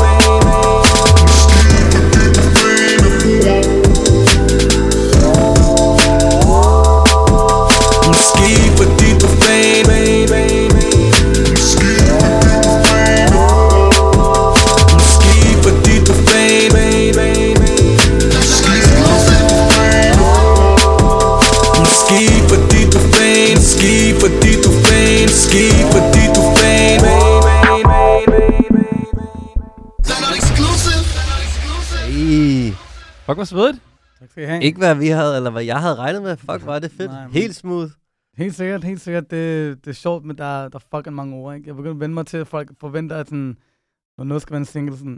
Fuck, hvor svedigt. Tak skal I have. Ikke hvad vi havde, eller hvad jeg havde regnet med. Fuck, var det fedt. Nej, helt smooth. Helt sikkert. Det er sjovt, men der er fucking mange ord, ikke? Jeg begynder at vende mig til, at folk forventer, at sådan, når noget skal være en single, sådan,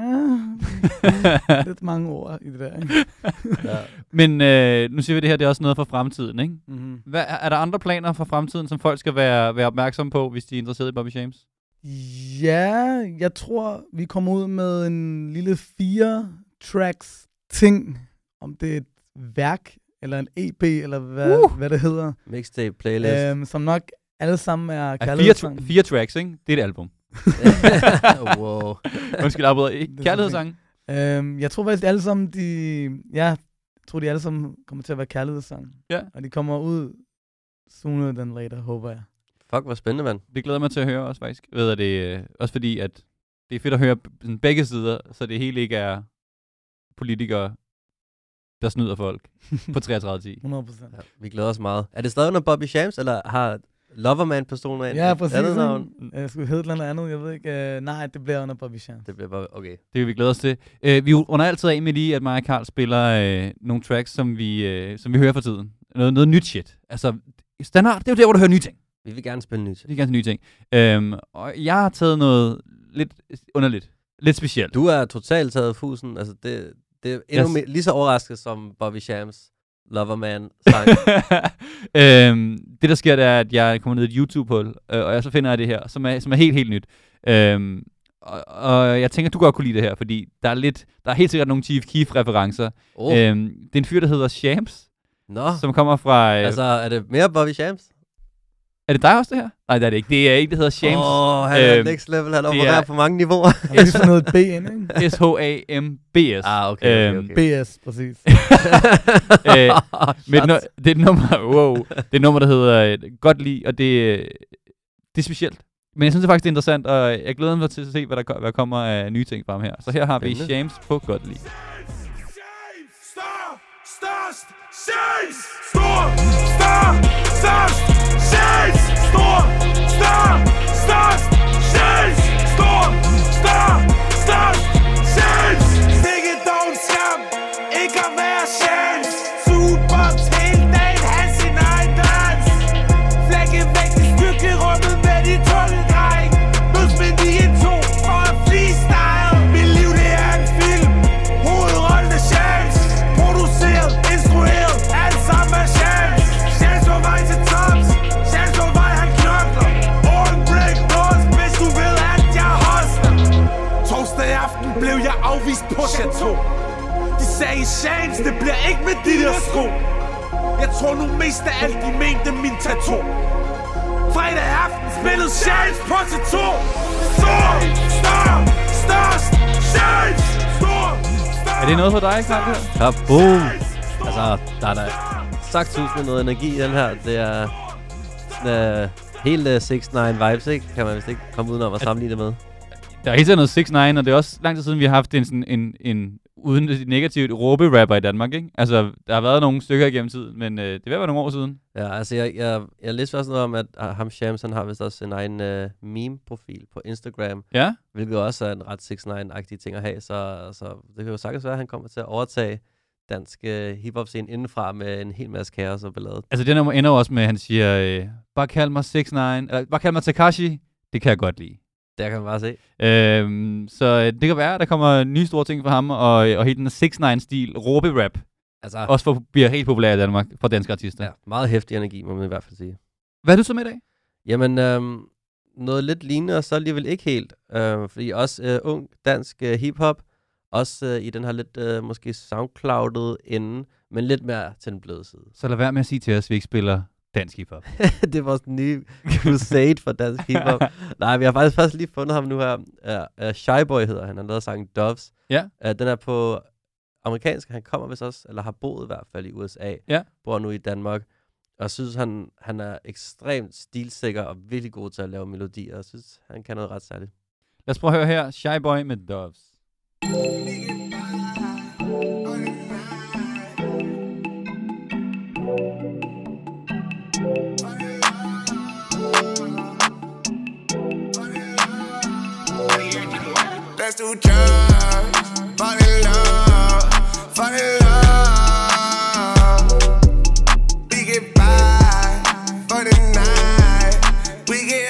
lidt mange ord i det der, ikke? Ja. Men nu siger vi det her, det er også noget for fremtiden, ikke? Mm-hmm. Er der andre planer for fremtiden, som folk skal være opmærksomme på, hvis de er interesseret i Bobby Shams? Ja, jeg tror, vi kommer ud med en lille 4 tracks ting, om det er et værk, eller en EP, eller hvad det hedder. Mixtape, playlist. Som nok alle sammen er kærlighedssange. 4 tracks, ikke? Det er et album. Wow. Undskyld, afbryder. Kærlighedssange? Jeg tror faktisk, alle sammen, de alle sammen kommer til at være kærlighedssange. Ja. Og de kommer ud sooner than later, håber jeg. Fuck, hvor spændende, mand. Det glæder mig til at høre også, faktisk. Ved det, også fordi, at det er fedt at høre begge sider, så det hele ikke er politikere, der snyder folk på 33-10. 100%. Ja, vi glæder os meget. Er det stadig under Bobby Shams, eller har Loverman-personer ja, præcis. Andet navn? Jeg skulle hedde noget andet, jeg ved ikke. Nej, det bliver under Bobby Shams. Det bliver bare, okay. Det vil vi glæde os til. Vi runder altid af med lige, at mig og Carl spiller nogle tracks, som vi hører for tiden. Noget nyt shit. Altså, standard, det er jo der, hvor du hører nye ting. Vi vil gerne spille nye ting. Vi vil gerne spille nye ting. Og jeg har taget noget lidt underligt. Lidt specielt. Du er totalt taget fusen. Altså, det er endnu lige så overrasket som Bobby Shams Loverman-sang. Det, der sker, det er, at jeg kommer ned i et YouTube-hul, og jeg så finder jeg det her, som er helt, helt nyt. Og jeg tænker, du godt kunne lide det her, fordi der er helt sikkert nogle Chief Keef-referencer. Det er en fyr, der hedder Shams, som kommer fra... altså, er det mere Bobby Shams? Er det dig også, det her? Nej, det er det ikke. Det er en, der hedder Shams. Han er next level. Han opererer på mange niveauer. Han er sådan noget B ind, ikke? S-H-A-M-B-S. Okay. B-S, præcis. Men det er et nummer, det er et nummer, der hedder Godt Lide, og det er specielt. Men jeg synes det faktisk, det er interessant, og jeg glæder mig til at se, hvad der kommer af nye ting frem her. Så her har vi Shams på Godt Lide. Størst, Shams! Stor, størst, Shams! Stor, størst, Shams! Stor, størst, Shams! Stikke dog en skam, ikke at være Shams! Super til dagen, han sin egen dans! Flække væk i styrkerummet med de tunge dreng! Møds med de en to for at freestyle! Mit liv det er en film, hovedrollen er Shams! Produceret, instrueret, alt sammen er Shams! Shams på vej til tops, Shams på vej han knokler. All break north, hvis du ved at jeg hostler. Torsdag aften blev jeg afvist på Chateau. De sagde Shams, det bliver ikke med de der sko. Jeg tror nu mest af alt de mente min tattoo. Fredag aften spillede Shams på Chateau. Størst, Shams! Er det noget for dig, Carl? Ja, boom! Altså, der er da sus med noget energi i den her. Det er sådan, helt 6ix9ine vibes, ikke? Kan man vist ikke komme udenom at sammenligne det med. Der er helt sikkert noget 6ix9ine, og det er også lang tid siden, vi har haft en uden det negativt råbe-rapper i Danmark, ikke? Altså, der har været nogle stykker igennem tiden, men det vil være nogle år siden. Ja, altså jeg læste også noget om, at ham Shams, han har vist også en egen meme-profil på Instagram. Ja? Hvilket også er en ret 6ix9ine-agtig ting at have, så det kan jo sagtens være, at han kommer til at overtage dansk hiphop-scene indenfra med en hel masse kaos og ballade. Altså, det nummer ender også med, at han siger, bare kald mig 6ix9ine, eller bare kald mig Tekashi, det kan jeg godt lide. Der kan man bare se. Så det kan være, at der kommer nye store ting fra ham, og hele den 6ix9ine-stil, råbe-rap, altså også bliver helt populær i Danmark for danske artister. Ja, meget hæftig energi, må man i hvert fald sige. Hvad er du så med i dag? Jamen, noget lidt lignende, og så alligevel ikke helt. Fordi også ung dansk hiphop, også i den her lidt måske SoundCloud'ede ende, men lidt mere til den bløde side. Så lad være med at sige til os, at vi ikke spiller dansk hiphop. Det er vores nye crusade for dansk hiphop. Nej, vi har faktisk først lige fundet ham nu her. Shyboy hedder han. Han lavede sangen Doves. Ja. Den er på amerikansk. Han kommer vist også, eller har boet i hvert fald i USA. Ja. Bor nu i Danmark. Og jeg synes, han er ekstremt stilsikker og virkelig god til at lave melodier. Og jeg synes, han kan noget ret særligt. Lad os prøve at høre her. Shyboy med Doves. Let's do drugs, fall in love, fall in love. We get by for the night, we get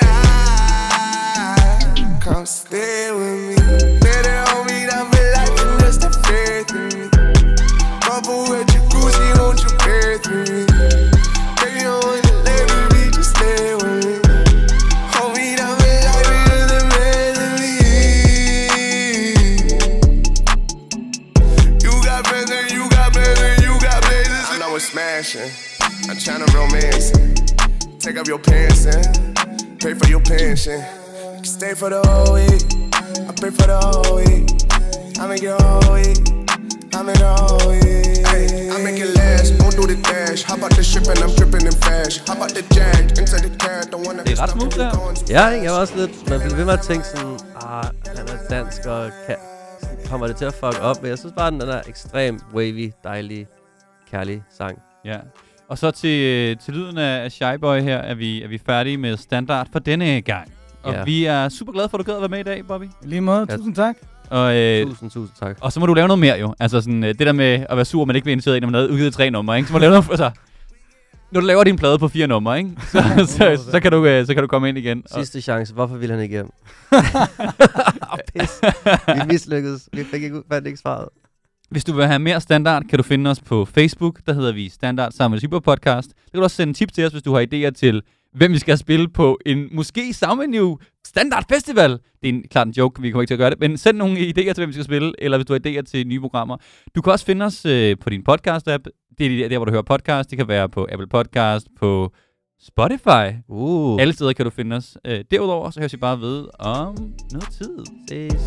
high. Come stay with me, let it hold me down for life and just the faith in me. Bubble with your Gucci, won't you bear through me? Baby, I wanna let me just stay with me. Hold me down for life and you're the man of me. Smashing, I'm tryna romance it. Take up your pants and pay for your pension. You can stay for the whole week, I pay for the whole week. I make it whole week, I make it whole week. Ay, I make it last, won't do the dash. Hop out the ship and I'm dripping in fast. Hop out the jack, into the car, don't wanna. Det er ret smooth der. Ja, jeg var også lidt, man blev ved med at tænke sådan, han er dansk og kommer det til at fuck op. Men jeg synes bare, den er ekstremt wavy, dejlig, kærlig sang. Ja. Og så til lyden af Shyboy her, er vi færdige med standard for denne gang. Og vi er super glade for, at du gad at være med i dag, Bobby. Lige måde, tusind tak. Og, tusind tak. Og så må du lave noget mere jo. Altså sådan, det der med at være sur, man ikke bliver inviteret ind, når man har udgivet 3 numre, ikke? Så må du lave noget, altså, når du laver din plade på 4 numre, ikke? Så kan du komme ind igen. Sidste chance. Hvorfor ville han ikke hjem? Pis. Vi mislykkedes. Vi fandt ikke svaret. Hvis du vil have mere standard, kan du finde os på Facebook. Der hedder vi Standard sammen med Super Podcast. Der kan du også sende tip til os, hvis du har idéer til, hvem vi skal spille på en måske Soundvenue Standard Festival. Det er klart en joke, vi kommer ikke til at gøre det. Men send nogle idéer til, hvem vi skal spille, eller hvis du har idéer til nye programmer. Du kan også finde os på din podcast-app. Det er der, hvor du hører podcast. Det kan være på Apple Podcast, på Spotify. Alle steder kan du finde os. Derudover så høres vi bare ved om noget tid. Ses.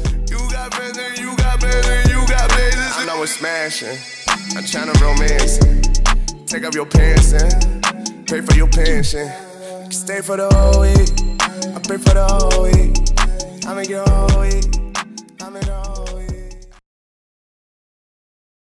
I know it's smashing. I'm tryna romance it. Take up your pants and pay for your pension. You can stay for the whole week. I pay for the whole week. I make it whole week.